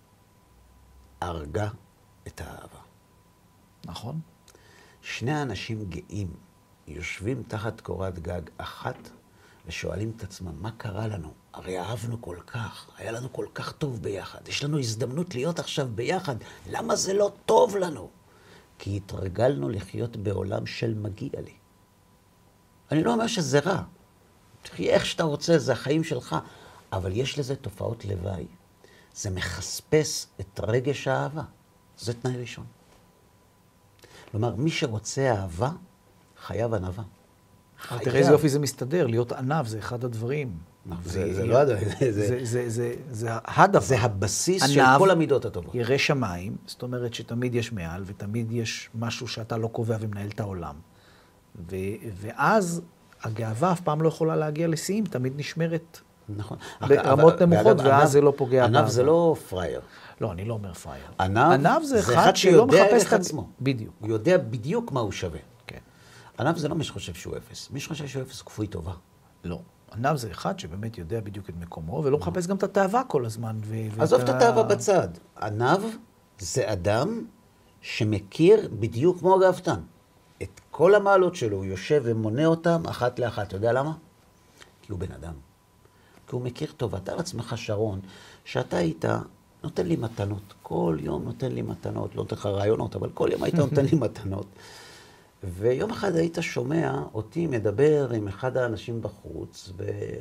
הרגה את האהבה. נכון. שני אנשים גאים יושבים תחת קורת גג אחת ושואלים את עצמם, מה קרה לנו? הרי אהבנו כל כך, היה לנו כל כך טוב ביחד. יש לנו הזדמנות להיות עכשיו ביחד. למה זה לא טוב לנו? כי התרגלנו לחיות בעולם של מגיע לי. אני לא אומר שזה רע. תחיה איך שאתה רוצה, זה החיים שלך. אבל יש לזה תופעות לוואי. זה מחספס את רגש האהבה. זה תנאי ראשון. כלומר, מי שרוצה אהבה, חייב ענווה. אבל תראה איזה יופי זה מסתדר, להיות ענב זה אחד הדברים. זה, זה לא הדבר, זה, זה, זה, זה, זה הדבר. זה הבסיס ענב, של כל המידות הטובות. ירא שמיים, זאת אומרת שתמיד יש מעל, ותמיד יש משהו שאתה לא קובע ומנהל את העולם. ו, ואז הגאווה אף פעם לא יכולה להגיע לשיאים, תמיד נשמרת נכון. ברמות נמוכות, ואז זה לא פוגע. ענב זה לא פרייר. לא, אני לא אומר פרייר. ענב, ענב זה אחד שלא מחפש את עצמו. בדיוק. הוא יודע בדיוק מה הוא שווה. כן. ענב זה לא מי שחושב שהוא אפס. מי שחושב שהוא אפס הוא כפוי טובה. לא. ענב זה אחד שבאמת יודע בדיוק את מקומו, ולא מחפש גם את התאווה כל הזמן. עזוב את התאווה בצד. ענב זה אדם שמכיר בדיוק כמו הגאוותן. את כל המעלות שלו, הוא יושב ומונה אותם אחת לאחת. אתה יודע למה? כי הוא בן אדם. כי הוא מכיר טוב. אתה על עצמך, שרון, שאתה היית נותן לי מתנות. כל יום נותן לי מתנות. לא נותן לך רעיונות, אבל כל יום היית נותן לי מתנות. ויום אחד היית שומע אותי מדבר עם אחד האנשים בחוץ,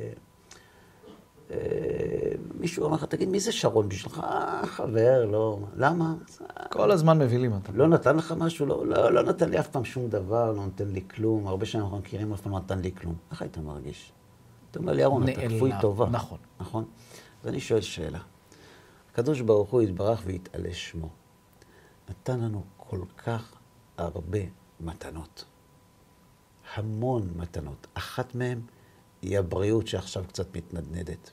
ומישהו אמר לך, תגיד, מי זה שרון בשבילך? אה, חבר, לא. למה? כל הזמן מבילים אותם. לא נתן לך משהו? לא, לא, לא נתן לי אף פעם שום דבר, לא נותן לי כלום. הרבה שנים אנחנו מכירים, אף פעם לא נתן לי כלום. איך היית מרגיש? אתה אומר לי, ירון, אתה כפוי טובה. נכון. נכון? אז אני שואל שאלה. הקדוש ברוך הוא יתברך והתעלה שמו. נתן לנו כל כך הרבה מתנות. המון מתנות. אחת מהן היא הבריאות שעכשיו קצת מתנדנדת.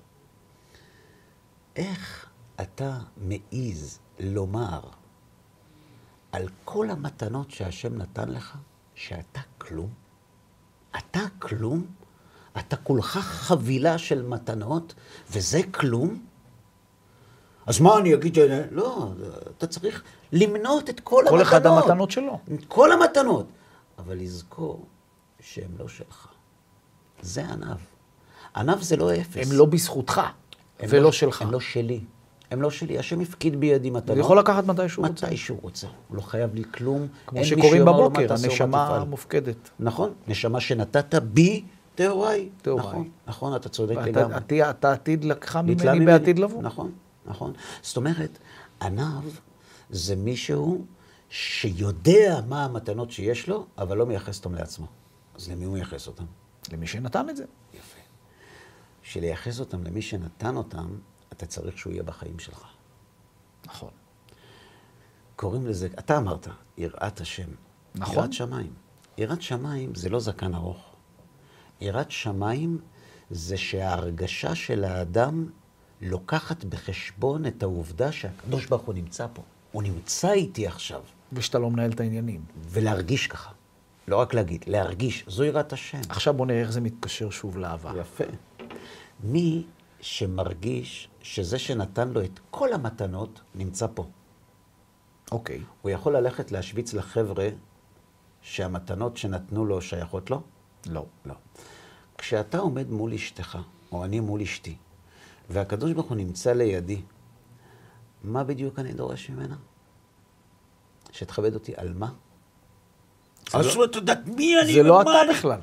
איך אתה מעיז לומר על כל המתנות שהשם נתן לך, שאתה כלום? אתה כלום? אתה כולך חבילה של מתנות, וזה כלום? אז מה אני אגיד? לא, אתה צריך למנות את כל, כל המתנות. כל אחד המתנות שלו. את כל המתנות. אבל לזכור שהם לא שלך. זה ענב. ענב זה לא אפס. הם לא בזכותך, ולא לא, שלך. הם לא שלי. הם לא שלי. השם הפקיד בידי מתנות. הוא יכול לקחת מתי שהוא רוצה. מתי שהוא רוצה. הוא לא חייב לי כלום. כמו שקוראים בבוקר, הנשמה מופקדת. נכון. נשמה שנתת בי, תאוריי. תאוריי. נכון, נכון, אתה צודק לגמרי. אתה עתיד לקחה ממני בעתיד לבוא. נכון, נכון. זאת אומרת, ענב זה מישהו שיודע מה המתנות שיש לו, אבל לא מייחס אותם לעצמו. אז למי הוא מייחס אותם? למי שנתן את זה. יפה. שלייחס אותם למי שנתן אותם, אתה צריך שהוא יהיה בחיים שלך. נכון. קוראים לזה, אתה אמרת, יראת השם. נכון. יראת שמיים. יראת שמיים זה לא זקן ארוך. יראת שמיים זה שההרגשה של האדם לוקחת בחשבון את העובדה שהקדוש ברוך הוא נמצא פה. הוא נמצא איתי עכשיו. ושאתה לא מנהל את העניינים. ולהרגיש ככה. לא רק להגיד, להרגיש. זו יראת השם. עכשיו בוא נראה איך זה מתקשר שוב לאהבה. יפה. מי שמרגיש שזה שנתן לו את כל המתנות נמצא פה. אוקיי. הוא יכול ללכת להשוויץ לחבר'ה שהמתנות שנתנו לו שייכות לו? לא. לא. כשאתה עומד מול אשתך, או אני מול אשתי, והקדוש ברוך הוא נמצא לידי, מה בדיוק אני דורש ממנה? שתכבד אותי על מה? אז לא תדעת מי אני? זה לא אתה בכלל.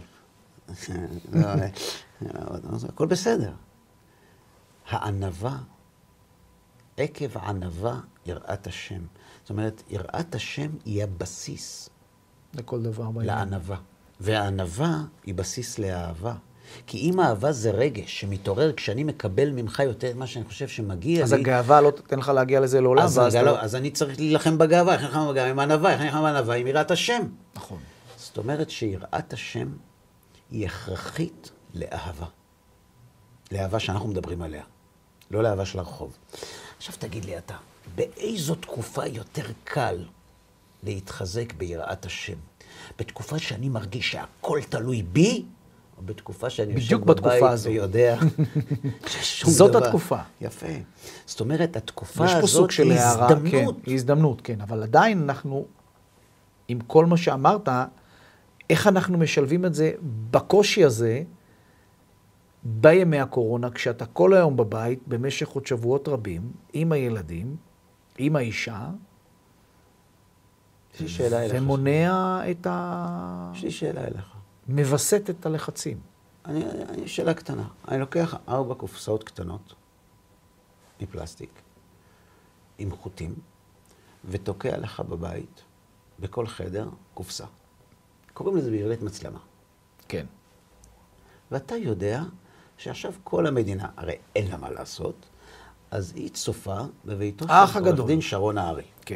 הכל בסדר. הענווה, עקב ענווה, יראת השם. זאת אומרת, יראת השם היא הבסיס. לכל דבר בעניין. לענווה. והענווה היא בסיס לאהבה. כי אם האהבה זה רגש שמתעורר כשאני מקבל ממך יותר מה שאני חושב שמגיע אז לי... אז הגאווה לא תתן לך להגיע לזה לעולם. אז, אז, לא... אז אני צריך להילחם בגאווה. איך נלחם בגאווה? עם הענווה. איך נלחם בענווה? עם יראת השם. נכון. זאת אומרת שיראת השם היא הכרחית לאהבה. לאהבה שאנחנו מדברים עליה. לא לאהבה של הרחוב. עכשיו תגיד לי אתה, באיזו תקופה יותר קל להתחזק ביראת השם? בתקופה שאני מרגיש שהכל תלוי בי, או בתקופה שאני יושב בבית ויודע ששום דבר... זאת התקופה. יפה. זאת אומרת, התקופה הזאת יש פה סוג של היא הערה, הזדמנות. כן, היא הזדמנות, כן. אבל עדיין אנחנו, עם כל מה שאמרת, איך אנחנו משלבים את זה בקושי הזה, בימי הקורונה, כשאתה כל היום בבית, במשך עוד שבועות רבים, עם הילדים, עם האישה, יש לי שאלה אליך. ומונע את ה... יש לי שאלה אליך. מבסט את הלחצים. אני, אני שאלה קטנה. אני לוקח ארבע קופסאות קטנות, מפלסטיק, עם חוטים, ותוקע לך בבית, בכל חדר, קופסה. קוראים לזה בעברית מצלמה. כן. ואתה יודע שעכשיו כל המדינה, הרי אין לה מה לעשות, אז היא צופה בביתו של עורך דין שרון הארי. כן.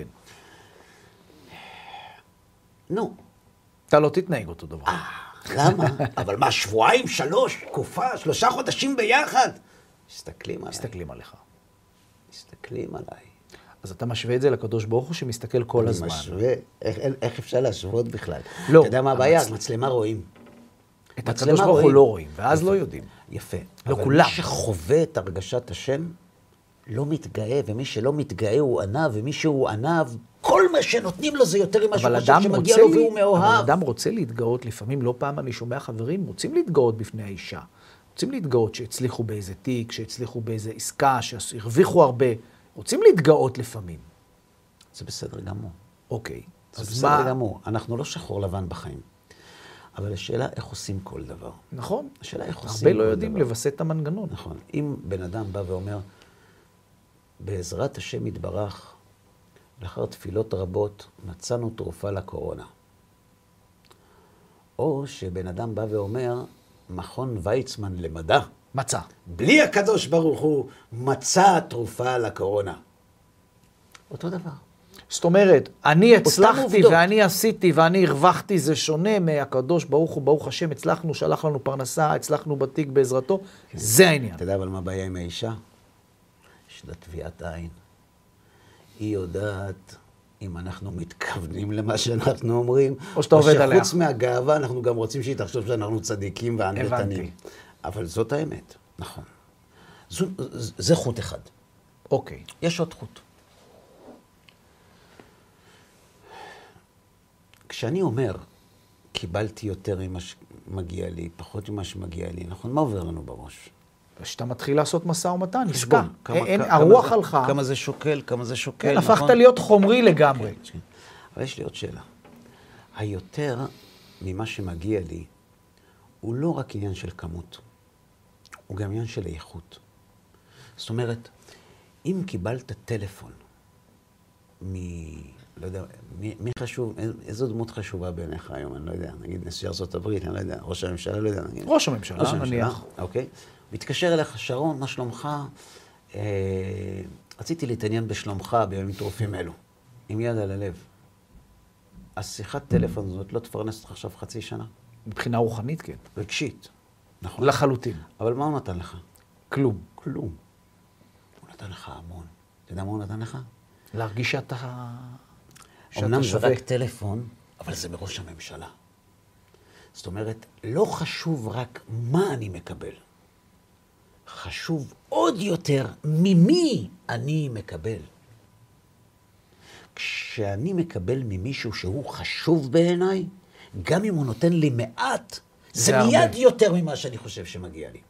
נו. אתה לא תתנהג אותו דבר. אה, למה? אבל מה, שבועיים, שלוש, תקופה, שלושה חודשים ביחד? מסתכלים עליי. מסתכלים עליך. מסתכלים עליי. אז אתה משווה את זה לקדוש ברוך הוא שמסתכל כל הזמן. אני משווה. איך, איך אפשר להשוות בכלל? לא. אתה יודע מה הבעיה? מצלמה רואים. את הקדוש ברוך הוא לא רואים, ואז לא יודעים. יפה. לא אבל כולם. מי שחווה את הרגשת השם, לא מתגאה, ומי שלא מתגאה הוא ענב, ומי שהוא ענב, כל מה שנותנים לו זה יותר ממה שהוא אבל חושב אדם שמגיע רוצה לו והוא לי- אבל מאוהב. אדם רוצה להתגאות, לפעמים לא פעם אני שומע חברים, רוצים להתגאות בפני האישה. רוצים להתגאות שהצליחו באיזה תיק, שהצליחו באיזה עסקה, שהרוויחו הרבה. רוצים להתגאות לפעמים. זה בסדר גמור. אוקיי. זה אז בסדר מה... גמור. אנחנו לא שחור לבן בחיים. אבל השאלה איך עושים כל דבר. נכון. השאלה איך עושים הרבה כל לא דבר. יודעים לבסט את המנגנון. נכון. אם בן אדם בא ואומר, בעזרת השם יתברך, לאחר תפילות רבות, מצאנו תרופה לקורונה. או שבן אדם בא ואומר, מכון ויצמן למדע, מצא. בלי הקדוש ברוך הוא, מצא תרופה לקורונה. אותו דבר. זאת אומרת, אני הצלחתי עובדות. ואני עשיתי ואני הרווחתי, זה שונה מהקדוש ברוך הוא, ברוך השם, הצלחנו, שלח לנו פרנסה, הצלחנו בתיק בעזרתו, זה העניין. אתה יודע אבל מה הבעיה עם האישה? יש לה טביעת עין. היא יודעת אם אנחנו מתכוונים למה שאנחנו אומרים, או שאתה עובד עליה. או שחוץ מהגאווה אנחנו גם רוצים שהיא תחשוב שאנחנו צדיקים ואנדרטנים. הבנתי. אבל זאת האמת, נכון. זו, זה חוט אחד. אוקיי. יש עוד חוט. כשאני אומר, קיבלתי יותר ממה שמגיע לי, פחות ממה שמגיע לי, נכון? מה עובר לנו בראש? כשאתה מתחיל לעשות משא ומתן, עסקה. כמה- אין, כמה הרוח זה- הלכה, כמה זה שוקל, כמה זה שוקל, כן, נכון? הפכת להיות חומרי לגמרי. כן. אבל יש לי עוד שאלה. היותר ממה שמגיע לי, הוא לא רק עניין של כמות, הוא גם עניין של איכות. זאת אומרת, אם קיבלת טלפון מ... לא יודע, מי, מי חשוב, איזו דמות חשובה בעיניך היום, אני לא יודע, נגיד נשיא ארצות הברית, אני לא יודע, ראש הממשלה, לא יודע, נגיד. ראש הממשלה, ראש הממשלה, נניח. אוקיי. מתקשר אליך, שרון, מה שלומך? אה, רציתי להתעניין בשלומך בימים טרופים אלו, עם יד על הלב. השיחת טלפון הזאת לא תפרנס אותך עכשיו חצי שנה? מבחינה רוחנית, כן. רגשית, נכון. לחלוטין. אבל מה הוא נתן לך? כלום. כלום. הוא נתן לך המון. אתה יודע מה הוא נתן לך? להרגיש שאתה... שאתה אמנם זה שווה. רק טלפון, אבל זה מראש הממשלה. זאת אומרת, לא חשוב רק מה אני מקבל. חשוב עוד יותר ממי אני מקבל. כשאני מקבל ממישהו שהוא חשוב בעיניי, גם אם הוא נותן לי מעט, זה, זה מיד הרבה. יותר ממה שאני חושב שמגיע לי.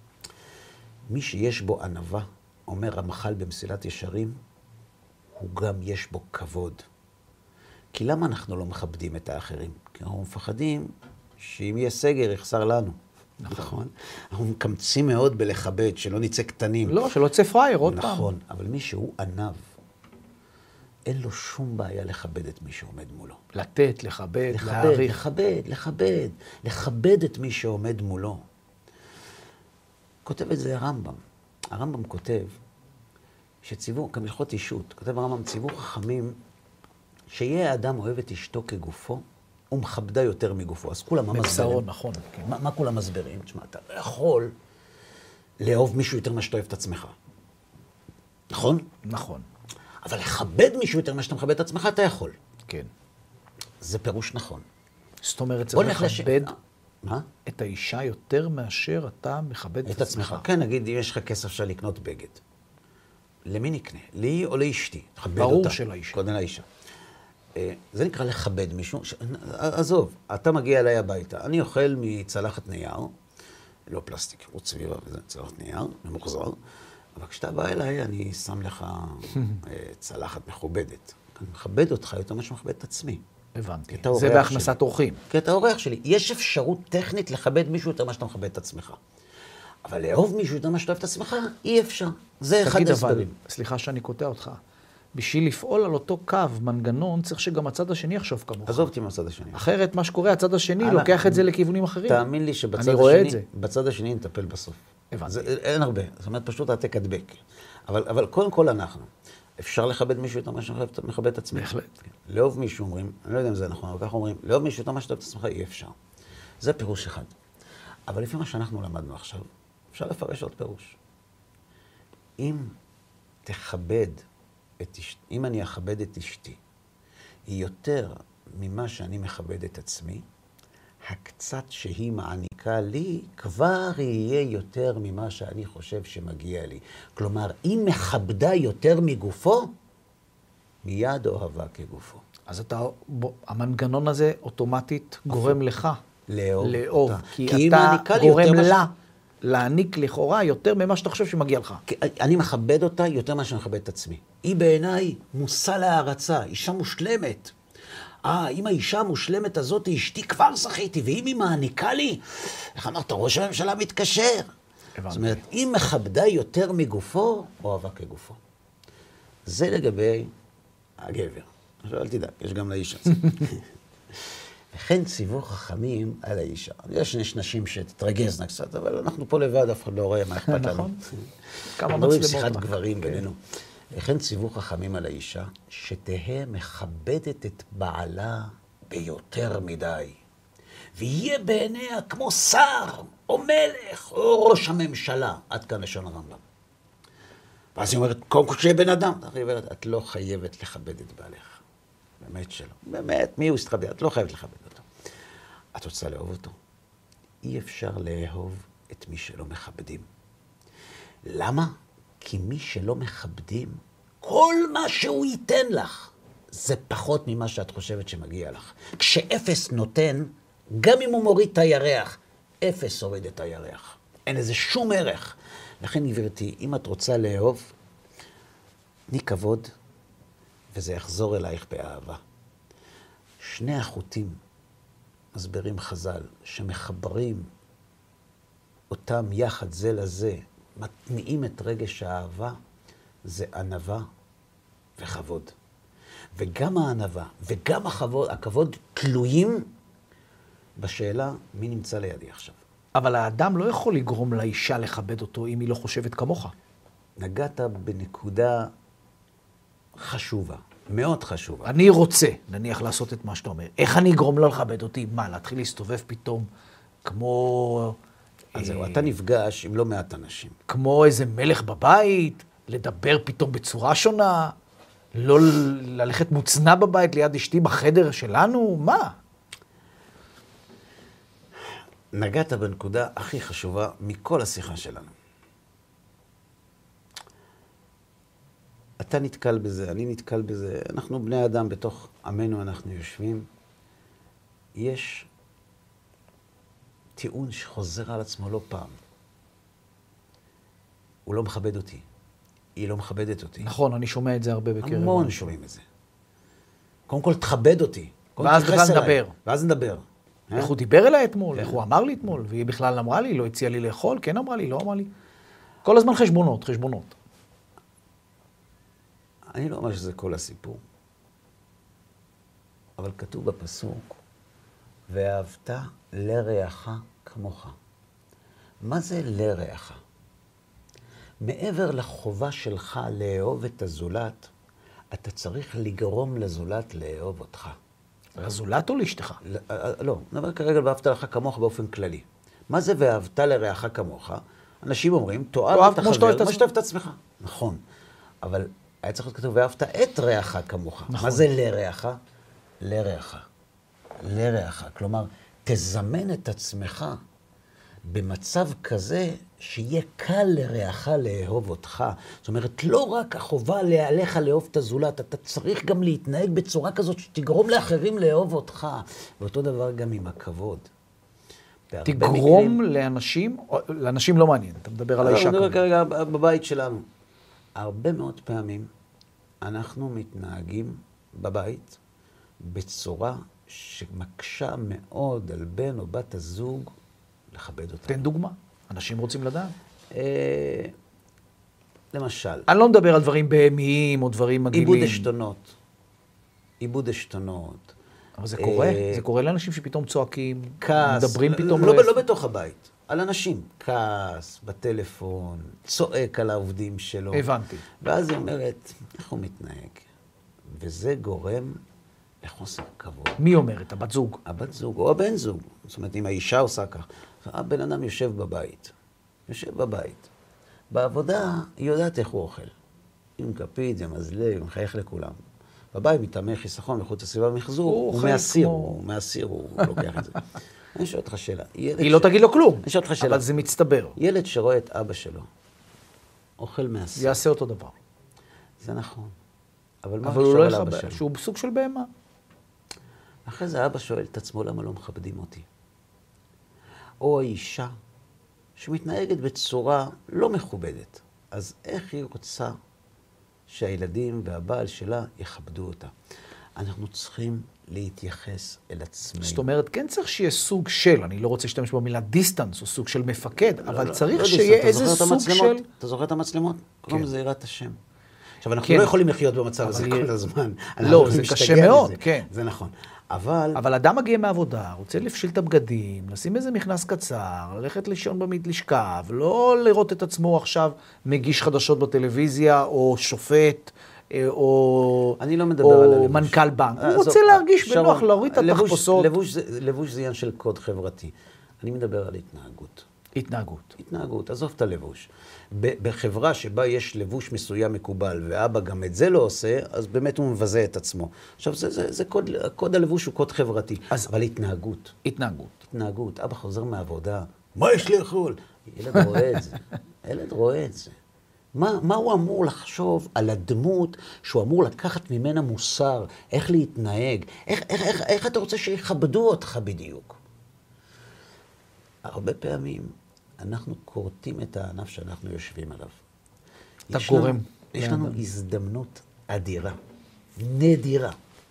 מי שיש בו ענווה, אומר רמח"ל במסילת ישרים, הוא גם יש בו כבוד. כי למה אנחנו לא מכבדים את האחרים? כי אנחנו מפחדים שאם יהיה סגר יחסר לנו. נכון. אנחנו מקמצים מאוד בלכבד, שלא נצא קטנים. לא, שלא יצא פרייר, עוד פעם. נכון, אבל מי שהוא ענב, אין לו שום בעיה לכבד את מי שעומד מולו. לתת, לכבד, לכבד, להעריך. לכבד, לכבד, לכבד את מי שעומד מולו. כותב את זה הרמב"ם. הרמב"ם כותב שציוו, כמלכות אישות, כותב הרמב"ם, ציוו חכמים, שיהיה האדם אוהב את אשתו כגופו, ומכבדה יותר מגופו. אז כולם מה מסבירים? מבשרו, נכון. כן. מה, מה כולם מסבירים? תשמע, אתה לא יכול לאהוב מישהו יותר ממה שאתה אוהב את עצמך. נכון? נכון, אבל לכבד מישהו יותר ממה שאתה מכבד את עצמך, אתה יכול. כן. זה פירוש נכון. זאת אומרת, בוא צריך נלך לש... לכבד מה? את האישה יותר מאשר אתה מכבד את עצמך. כן, נגיד, אם יש לך כסף אפשר לקנות בגד. למי נקנה? לי או לאשתי? תכבד ברור אותה. של האישה. קודם לאישה. אה, זה נקרא לכבד מישהו. ש... עזוב, אתה מגיע אליי הביתה, אני אוכל מצלחת נייר, לא פלסטיק, רות סביבה וזה, צלחת נייר, ממוחזר, אבל כשאתה בא אליי, אני שם לך אה, צלחת מכובדת. אני מכבד אותך יותר ממה שמכבד את עצמי. הבנתי. אתה זה אורח בהכנסת שלי. אורחים. כי אתה אורח שלי. יש אפשרות טכנית לכבד מישהו יותר ממה שאתה מכבד את עצמך. אבל לאהוב מישהו יותר ממה שאתה אוהב את עצמך, אי אפשר. זה אחד תגיד אבל, ההסברים. סליחה שאני קוטע אותך, בשביל לפעול על אותו קו, מנגנון, צריך שגם הצד השני יחשוב כמוך. עזוב אותי מהצד השני. אחרת, מה שקורה, הצד השני אני- לוקח את זה לכיוונים אחרים. תאמין לי שבצד אני רואה השני, את זה. בצד השני נטפל בסוף. הבנתי. זה, אין הרבה. זאת אומרת, פשוט העתק הדבק. אבל, אבל קודם כל אנחנו. אפשר לכבד מישהו יותר ממה שאתה מכבד את עצמך. בהחלט. כן. לאהוב מישהו אומרים, אני לא יודע אם זה נכון, אבל ככה אומרים, לאהוב מישהו יותר ממה שאתה אוהב את עצמך, אי אפשר. זה פירוש אחד. אבל לפי מה שאנחנו למדנו עכשיו, אפשר לפרש עוד פירוש. אם תכבד את אשתי, אם אני אכבד את אשתי, היא יותר ממה שאני מכבד את עצמי, הקצת שהיא מעניקה לי כבר יהיה יותר ממה שאני חושב שמגיע לי. כלומר, אם מכבדה יותר מגופו, מיד אוהבה כגופו. אז אתה, בוא, המנגנון הזה אוטומטית גורם לך לאהוב, לאהוב, אותה. כי, כי אתה גורם לה, ש... להעניק לכאורה יותר ממה שאתה חושב שמגיע לך. אני מכבד אותה יותר ממה שאני מכבד את עצמי. היא בעיניי מושא להערצה, אישה מושלמת. אה, אם האישה המושלמת הזאת, אשתי כבר זכיתי, ואם היא מעניקה לי, איך אמרת, ראש הממשלה מתקשר. הבנתי. זאת אומרת, אם מכבדה יותר מגופו, אוהבה כגופו. זה לגבי הגבר. עכשיו, אל תדע, יש גם לאיש הזה. לכן ציוו חכמים על האישה. אני יודע שיש נשים שתתרגזנה קצת, אבל אנחנו פה לבד, אף אחד לא רואה מה אכפת לנו. נכון. כמה אנחנו רואים מצלמות. שיחת גברים בינינו. לכן ציוו חכמים על האישה, שתהא מכבדת את בעלה ביותר מדי. ויהיה בעיניה כמו שר, או מלך, או ראש הממשלה. עד כאן לשון הרמב"ם. ואז היא אומרת, קודם כל שיהיה בן אדם. היא אומרת, את לא חייבת לכבד את בעלך. באמת שלא. באמת, מי הוא יסתכבד? את לא חייבת לכבד אותו. את רוצה לאהוב אותו? אי אפשר לאהוב את מי שלא מכבדים. למה? כי מי שלא מכבדים, כל מה שהוא ייתן לך, זה פחות ממה שאת חושבת שמגיע לך. כשאפס נותן, גם אם הוא מוריד את הירח, אפס הוריד את הירח. אין איזה שום ערך. לכן, גברתי, אם את רוצה לאהוב, תני כבוד, וזה יחזור אלייך באהבה. שני החוטים, מסברים חז"ל, שמחברים אותם יחד זה לזה, מתניעים את רגש האהבה, זה ענווה וכבוד. וגם הענווה וגם הכבוד, הכבוד תלויים בשאלה מי נמצא לידי עכשיו. אבל האדם לא יכול לגרום לאישה לכבד אותו אם היא לא חושבת כמוך. נגעת בנקודה חשובה, מאוד חשובה. אני רוצה, נניח, לעשות את מה שאתה אומר. איך אני אגרום לו לכבד אותי? מה, להתחיל להסתובב פתאום כמו... אז זהו, אתה נפגש עם לא מעט אנשים. כמו איזה מלך בבית, לדבר פתאום בצורה שונה, לא ללכת מוצנע בבית ליד אשתי בחדר שלנו, מה? נגעת בנקודה הכי חשובה מכל השיחה שלנו. אתה נתקל בזה, אני נתקל בזה, אנחנו בני אדם, בתוך עמנו אנחנו יושבים. יש טיעון שחוזר על עצמו לא פעם. הוא לא מכבד אותי. היא לא מכבדת אותי. נכון, אני שומע את זה הרבה בקרב. המון שומעים את זה. קודם כל, תכבד אותי. ואז בכלל נדבר. ואז נדבר. איך הוא דיבר אליי אתמול, איך הוא אמר לי אתמול, והיא בכלל אמרה לי, לא הציעה לי לאכול, כן אמרה לי, לא אמרה לי. כל הזמן חשבונות, חשבונות. אני לא אומר שזה כל הסיפור, אבל כתוב בפסוק, ואהבת לרעך כמוך. מה זה לרעך? מעבר לחובה שלך לאהוב את הזולת, אתה צריך לגרום לזולת לאהוב אותך. הזולת או לאשתך? לא, נדבר כרגע ואהבת לך כמוך באופן כללי. מה זה ואהבת לרעך כמוך? אנשים אומרים, תאהב את החבר, כמו שאתה אוהב את עצמך. נכון, אבל היה צריך להיות כתוב, ואהבת את רעך כמוך. נכון. מה זה לרעך? לרעך. לרעך. כלומר, תזמן את עצמך במצב כזה שיהיה קל לרעך לאהוב אותך. זאת אומרת, לא רק החובה עליך לאהוב את הזולת, אתה צריך גם להתנהג בצורה כזאת שתגרום לאחרים לאהוב אותך. ואותו דבר גם עם הכבוד. תגרום מקרים... לאנשים, לאנשים לא מעניין, אתה מדבר על האישה. אני מדבר כרגע בבית שלנו. הרבה מאוד פעמים אנחנו מתנהגים בבית בצורה שמקשה מאוד על בן או בת הזוג לכבד אותה. תן דוגמה, אנשים רוצים לדעת. אה, למשל. אני לא מדבר על דברים בהמיים או דברים מגעילים. עיבוד השתונות. עיבוד השתונות. אבל זה קורה, אה, זה קורה לאנשים שפתאום צועקים, כעס, מדברים פתאום... לא, לא, לא בתוך הבית, על אנשים. כעס, בטלפון, צועק על העובדים שלו. הבנתי. ואז היא אומרת, איך הוא מתנהג? וזה גורם לחוסר כבוד. מי אומרת? הבת זוג? הבת זוג או הבן זוג. זאת אומרת, אם האישה עושה כך. הבן אדם יושב בבית. יושב בבית. בעבודה היא יודעת איך הוא אוכל. עם כפית, עם מזלג, הוא מחייך לכולם. בבית מתאמי חיסכון לחוץ הסביבה מחזור, הוא, הוא מאסיר, כמו... הוא מאסיר, הוא לוקח את זה. אני שואל אותך שאלה. היא ש... לא תגיד לו כלום, אני שואל אותך שאלה. אבל זה מצטבר. ילד שרואה את אבא שלו, אוכל מאסיר. יעשה אותו דבר. זה נכון. אבל מה אבל הוא חשב לא על אבא יכבד, שלו? שהוא סוג של בהמה. אחרי זה אבא שואל את עצמו למה לא מכבדים אותי. או האישה שמתנהגת בצורה לא מכובדת. אז איך היא רוצה שהילדים והבעל שלה יכבדו אותה? אנחנו צריכים להתייחס אל עצמנו. זאת אומרת, כן צריך שיהיה סוג של, אני לא רוצה להשתמש במילה דיסטנס, או סוג של מפקד, אבל לא, צריך לא שיהיה דיסטנס, איזה אתה זוכר סוג את של... המצלמות? אתה זוכר את המצלמות? קוראים לזה יראת השם. עכשיו, אנחנו כן. לא יכולים לחיות במצב הזה אבל- כל הזמן. לא, אנחנו זה נשתגע קשה מאוד, מזה. כן. זה נכון. אבל... אבל אדם מגיע מהעבודה, רוצה לפשיל את הבגדים, לשים איזה מכנס קצר, ללכת לישון במיט לשכב, לא לראות את עצמו עכשיו מגיש חדשות בטלוויזיה, או שופט, אה, או, אני לא מדבר על או הלבוש. מנכ"ל בנק. הוא עזוב, רוצה להרגיש שרון, בנוח, להוריד את לבוש- התחפושות. לבוש זה- לבוש זה עניין של קוד חברתי. אני מדבר על התנהגות. התנהגות. התנהגות, עזוב את הלבוש. ב- בחברה שבה יש לבוש מסוים מקובל, ואבא גם את זה לא עושה, אז באמת הוא מבזה את עצמו. עכשיו, זה, זה, זה קוד, קוד הלבוש הוא קוד חברתי. אז- אבל התנהגות, התנהגות. התנהגות. אבא חוזר מהעבודה, מה יש לאכול? ילד רואה את זה. ילד רואה את זה. מה, מה הוא אמור לחשוב על הדמות שהוא אמור לקחת ממנה מוסר, איך להתנהג, איך, איך, איך, איך אתה רוצה שיכבדו אותך בדיוק? הרבה פעמים אנחנו קורטים את הענף שאנחנו יושבים עליו. אתה יש לנו- גורם יש לנו לאדם. הזדמנות אדירה, נדירה,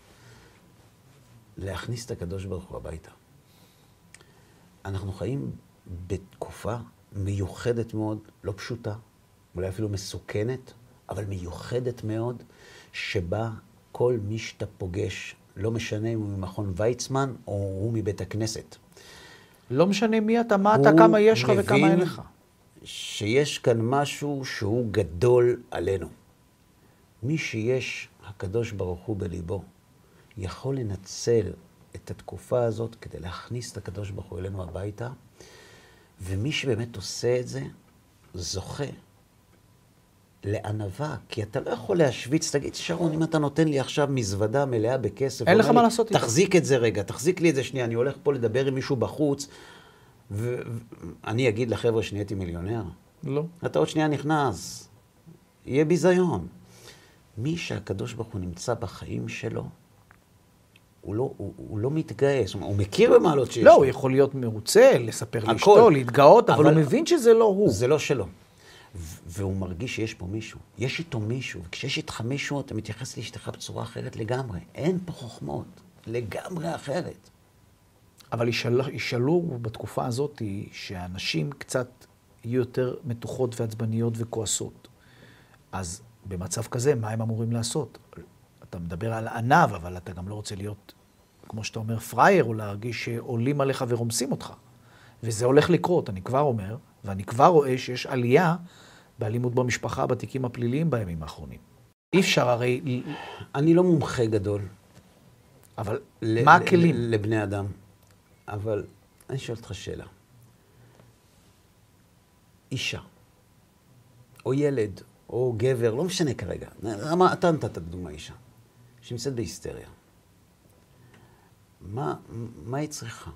להכניס את הקדוש ברוך הוא הביתה. אנחנו חיים בתקופה מיוחדת מאוד, לא פשוטה, אולי אפילו מסוכנת, אבל מיוחדת מאוד, שבה כל מי שאתה פוגש, לא משנה אם הוא ממכון ויצמן או הוא מבית הכנסת. לא משנה מי אתה, מה הוא אתה, כמה יש לך מבין וכמה אין לך. שיש כאן משהו שהוא גדול עלינו. מי שיש הקדוש ברוך הוא בליבו, יכול לנצל את התקופה הזאת כדי להכניס את הקדוש ברוך הוא אלינו הביתה, ומי שבאמת עושה את זה, זוכה לענווה, כי אתה לא יכול להשוויץ, תגיד, שרון, אם אתה נותן לי עכשיו מזוודה מלאה בכסף, אין לך אומר מה לי, לעשות איתה. תחזיק את זה רגע, תחזיק לי את זה שנייה, אני הולך פה לדבר עם מישהו בחוץ, ואני אגיד לחבר'ה שנהייתי מיליונר. לא. אתה עוד שנייה נכנס, יהיה ביזיון. מי שהקדוש ברוך הוא נמצא בחיים שלו, הוא לא, הוא, הוא לא מתגאה, זאת אומרת, הוא מכיר במעלות שיש לא, לו. הוא יכול להיות מרוצה, לספר הכל. לאשתו, להתגאות, אבל, אבל- הוא מבין שזה לא הוא. זה לא שלו. ו- והוא מרגיש שיש פה מישהו. יש איתו מישהו, וכשיש איתך מישהו, אתה מתייחס לאשתך בצורה אחרת לגמרי. אין פה חוכמות, לגמרי אחרת. אבל ישאלו, ישאלו בתקופה הזאת שהנשים קצת יהיו יותר מתוחות ועצבניות וכועסות. אז במצב כזה, מה הם אמורים לעשות? אתה מדבר על ענב, אבל אתה גם לא רוצה להיות, כמו שאתה אומר, פרייר, או להרגיש שעולים עליך ורומסים אותך. וזה הולך לקרות, אני כבר אומר, ואני כבר רואה שיש עלייה באלימות במשפחה, בתיקים הפליליים בימים האחרונים. אי אפשר הרי... אני לא מומחה גדול. אבל ל- מה ל- הכלים? ל- לבני אדם. אבל אני שואל אותך שאלה. אישה, או ילד, או גבר, לא משנה כרגע. למה אתה נתת את הדוגמה אישה, שנמצאת בהיסטריה. מה, מה היא צריכה?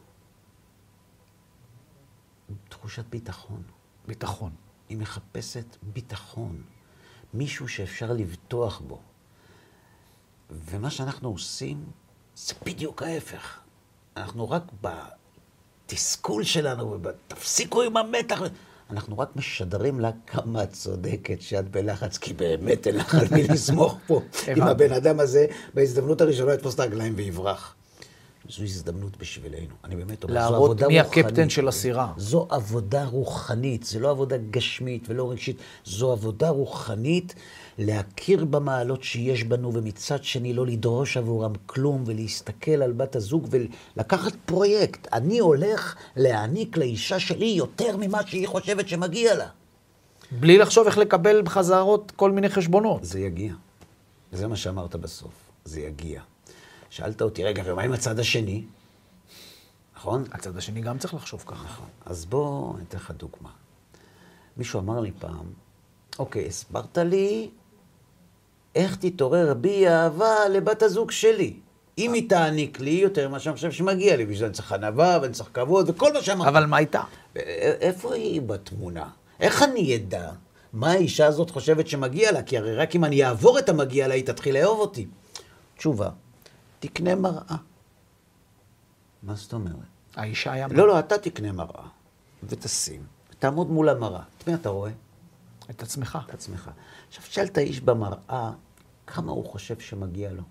תחושת ביטחון. ביטחון. היא מחפשת ביטחון. מישהו שאפשר לבטוח בו. ומה שאנחנו עושים, זה בדיוק ההפך. אנחנו רק בתסכול שלנו, ובתפסיקו עם המתח. אנחנו רק משדרים לה כמה את צודקת שאת בלחץ, כי באמת אין לך על מי לסמוך פה. אם הבן אדם הזה, בהזדמנות הראשונה יתפוס את הרגליים ויברח. זו הזדמנות בשבילנו. אני באמת אומר, זו להראות עבודה מי רוחנית. הקפטן של הסירה. זו עבודה רוחנית, זה לא עבודה גשמית ולא רגשית, זו עבודה רוחנית להכיר במעלות שיש בנו, ומצד שני לא לדרוש עבורם כלום, ולהסתכל על בת הזוג ולקחת פרויקט. אני הולך להעניק לאישה שלי יותר ממה שהיא חושבת שמגיע לה. בלי לחשוב איך לקבל בחזרות כל מיני חשבונות. זה יגיע. וזה מה שאמרת בסוף, זה יגיע. שאלת אותי, רגע, ומה עם הצד השני? נכון? הצד השני גם צריך לחשוב ככה. נכון. אז בוא, אני אתן לך דוגמה. מישהו אמר לי פעם, אוקיי, הסברת לי איך תתעורר בי אהבה לבת הזוג שלי. אם היא תעניק לי יותר ממה שאני חושב שמגיע לי, בשביל אני צריך ענווה ואני צריך כבוד וכל מה שאמרת. אבל מה איתה? איפה היא בתמונה? איך אני אדע מה האישה הזאת חושבת שמגיע לה? כי הרי רק אם אני אעבור את המגיע לה, היא תתחיל לאהוב אותי. תשובה, תקנה מראה. מה זאת אומרת? האישה היה... לא, לא, אתה תקנה מראה, ותשים, תעמוד מול המראה. את מי אתה רואה? את עצמך. את עצמך. עכשיו, תשאל את האיש במראה, כמה הוא חושב שמגיע לו.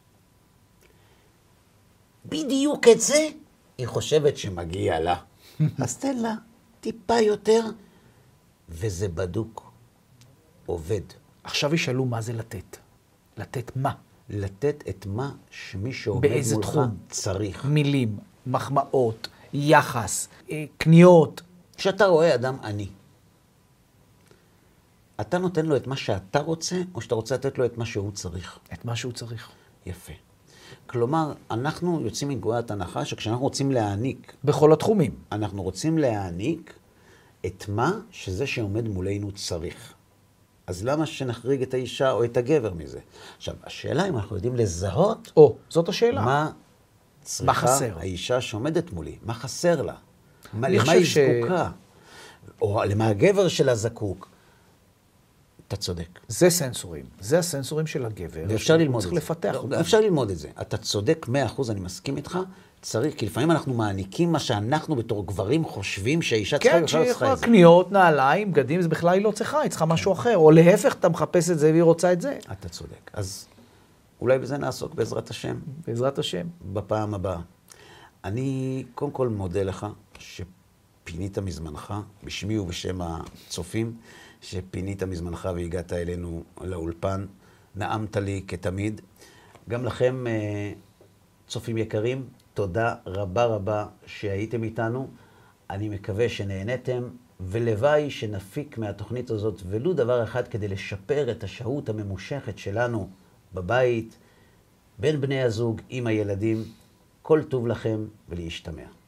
בדיוק את זה היא חושבת שמגיע לה. אז תן לה טיפה יותר, וזה בדוק. עובד. עכשיו ישאלו מה זה לתת. לתת מה? לתת את מה שמי שעומד באיזה מולך תחום? צריך. מילים, מחמאות, יחס, אה, קניות. כשאתה רואה אדם עני, אתה נותן לו את מה שאתה רוצה, או שאתה רוצה לתת לו את מה שהוא צריך? את מה שהוא צריך. יפה. כלומר, אנחנו יוצאים מנקודת הנחה שכשאנחנו רוצים להעניק, בכל התחומים. אנחנו רוצים להעניק את מה שזה שעומד מולנו צריך. אז למה שנחריג את האישה או את הגבר מזה? עכשיו, השאלה אם אנחנו יודעים לזהות... או, זאת השאלה. מה צריכה מה חסר? האישה שעומדת מולי? מה חסר לה? מה, אני למה היא ש... זקוקה? או למה הגבר שלה זקוק? אתה צודק. זה סנסורים. זה הסנסורים של הגבר. ואפשר ללמוד את צריך זה. לפתח לא, אותם. אפשר ללמוד את זה. אתה צודק מאה אחוז, אני מסכים איתך. צריך, כי לפעמים אנחנו מעניקים מה שאנחנו בתור גברים חושבים שהאישה צריכה, כן, בכלל לא צריכה שיכולה את זה. קניות, נעליים, בגדים, זה בכלל היא לא צריכה, היא צריכה משהו אחר. או להפך, אתה מחפש את זה והיא רוצה את זה. אתה צודק. אז אולי בזה נעסוק בעזרת השם. בעזרת השם. בפעם הבאה. אני קודם כל מודה לך שפינית מזמנך, בשמי ובשם הצופים, שפינית מזמנך והגעת אלינו לאולפן. נעמת לי כתמיד. גם לכם, צופים יקרים, תודה רבה רבה שהייתם איתנו. אני מקווה שנהנתם, ולוואי שנפיק מהתוכנית הזאת ולו דבר אחד כדי לשפר את השהות הממושכת שלנו בבית, בין בני הזוג, עם הילדים. כל טוב לכם ולהשתמע.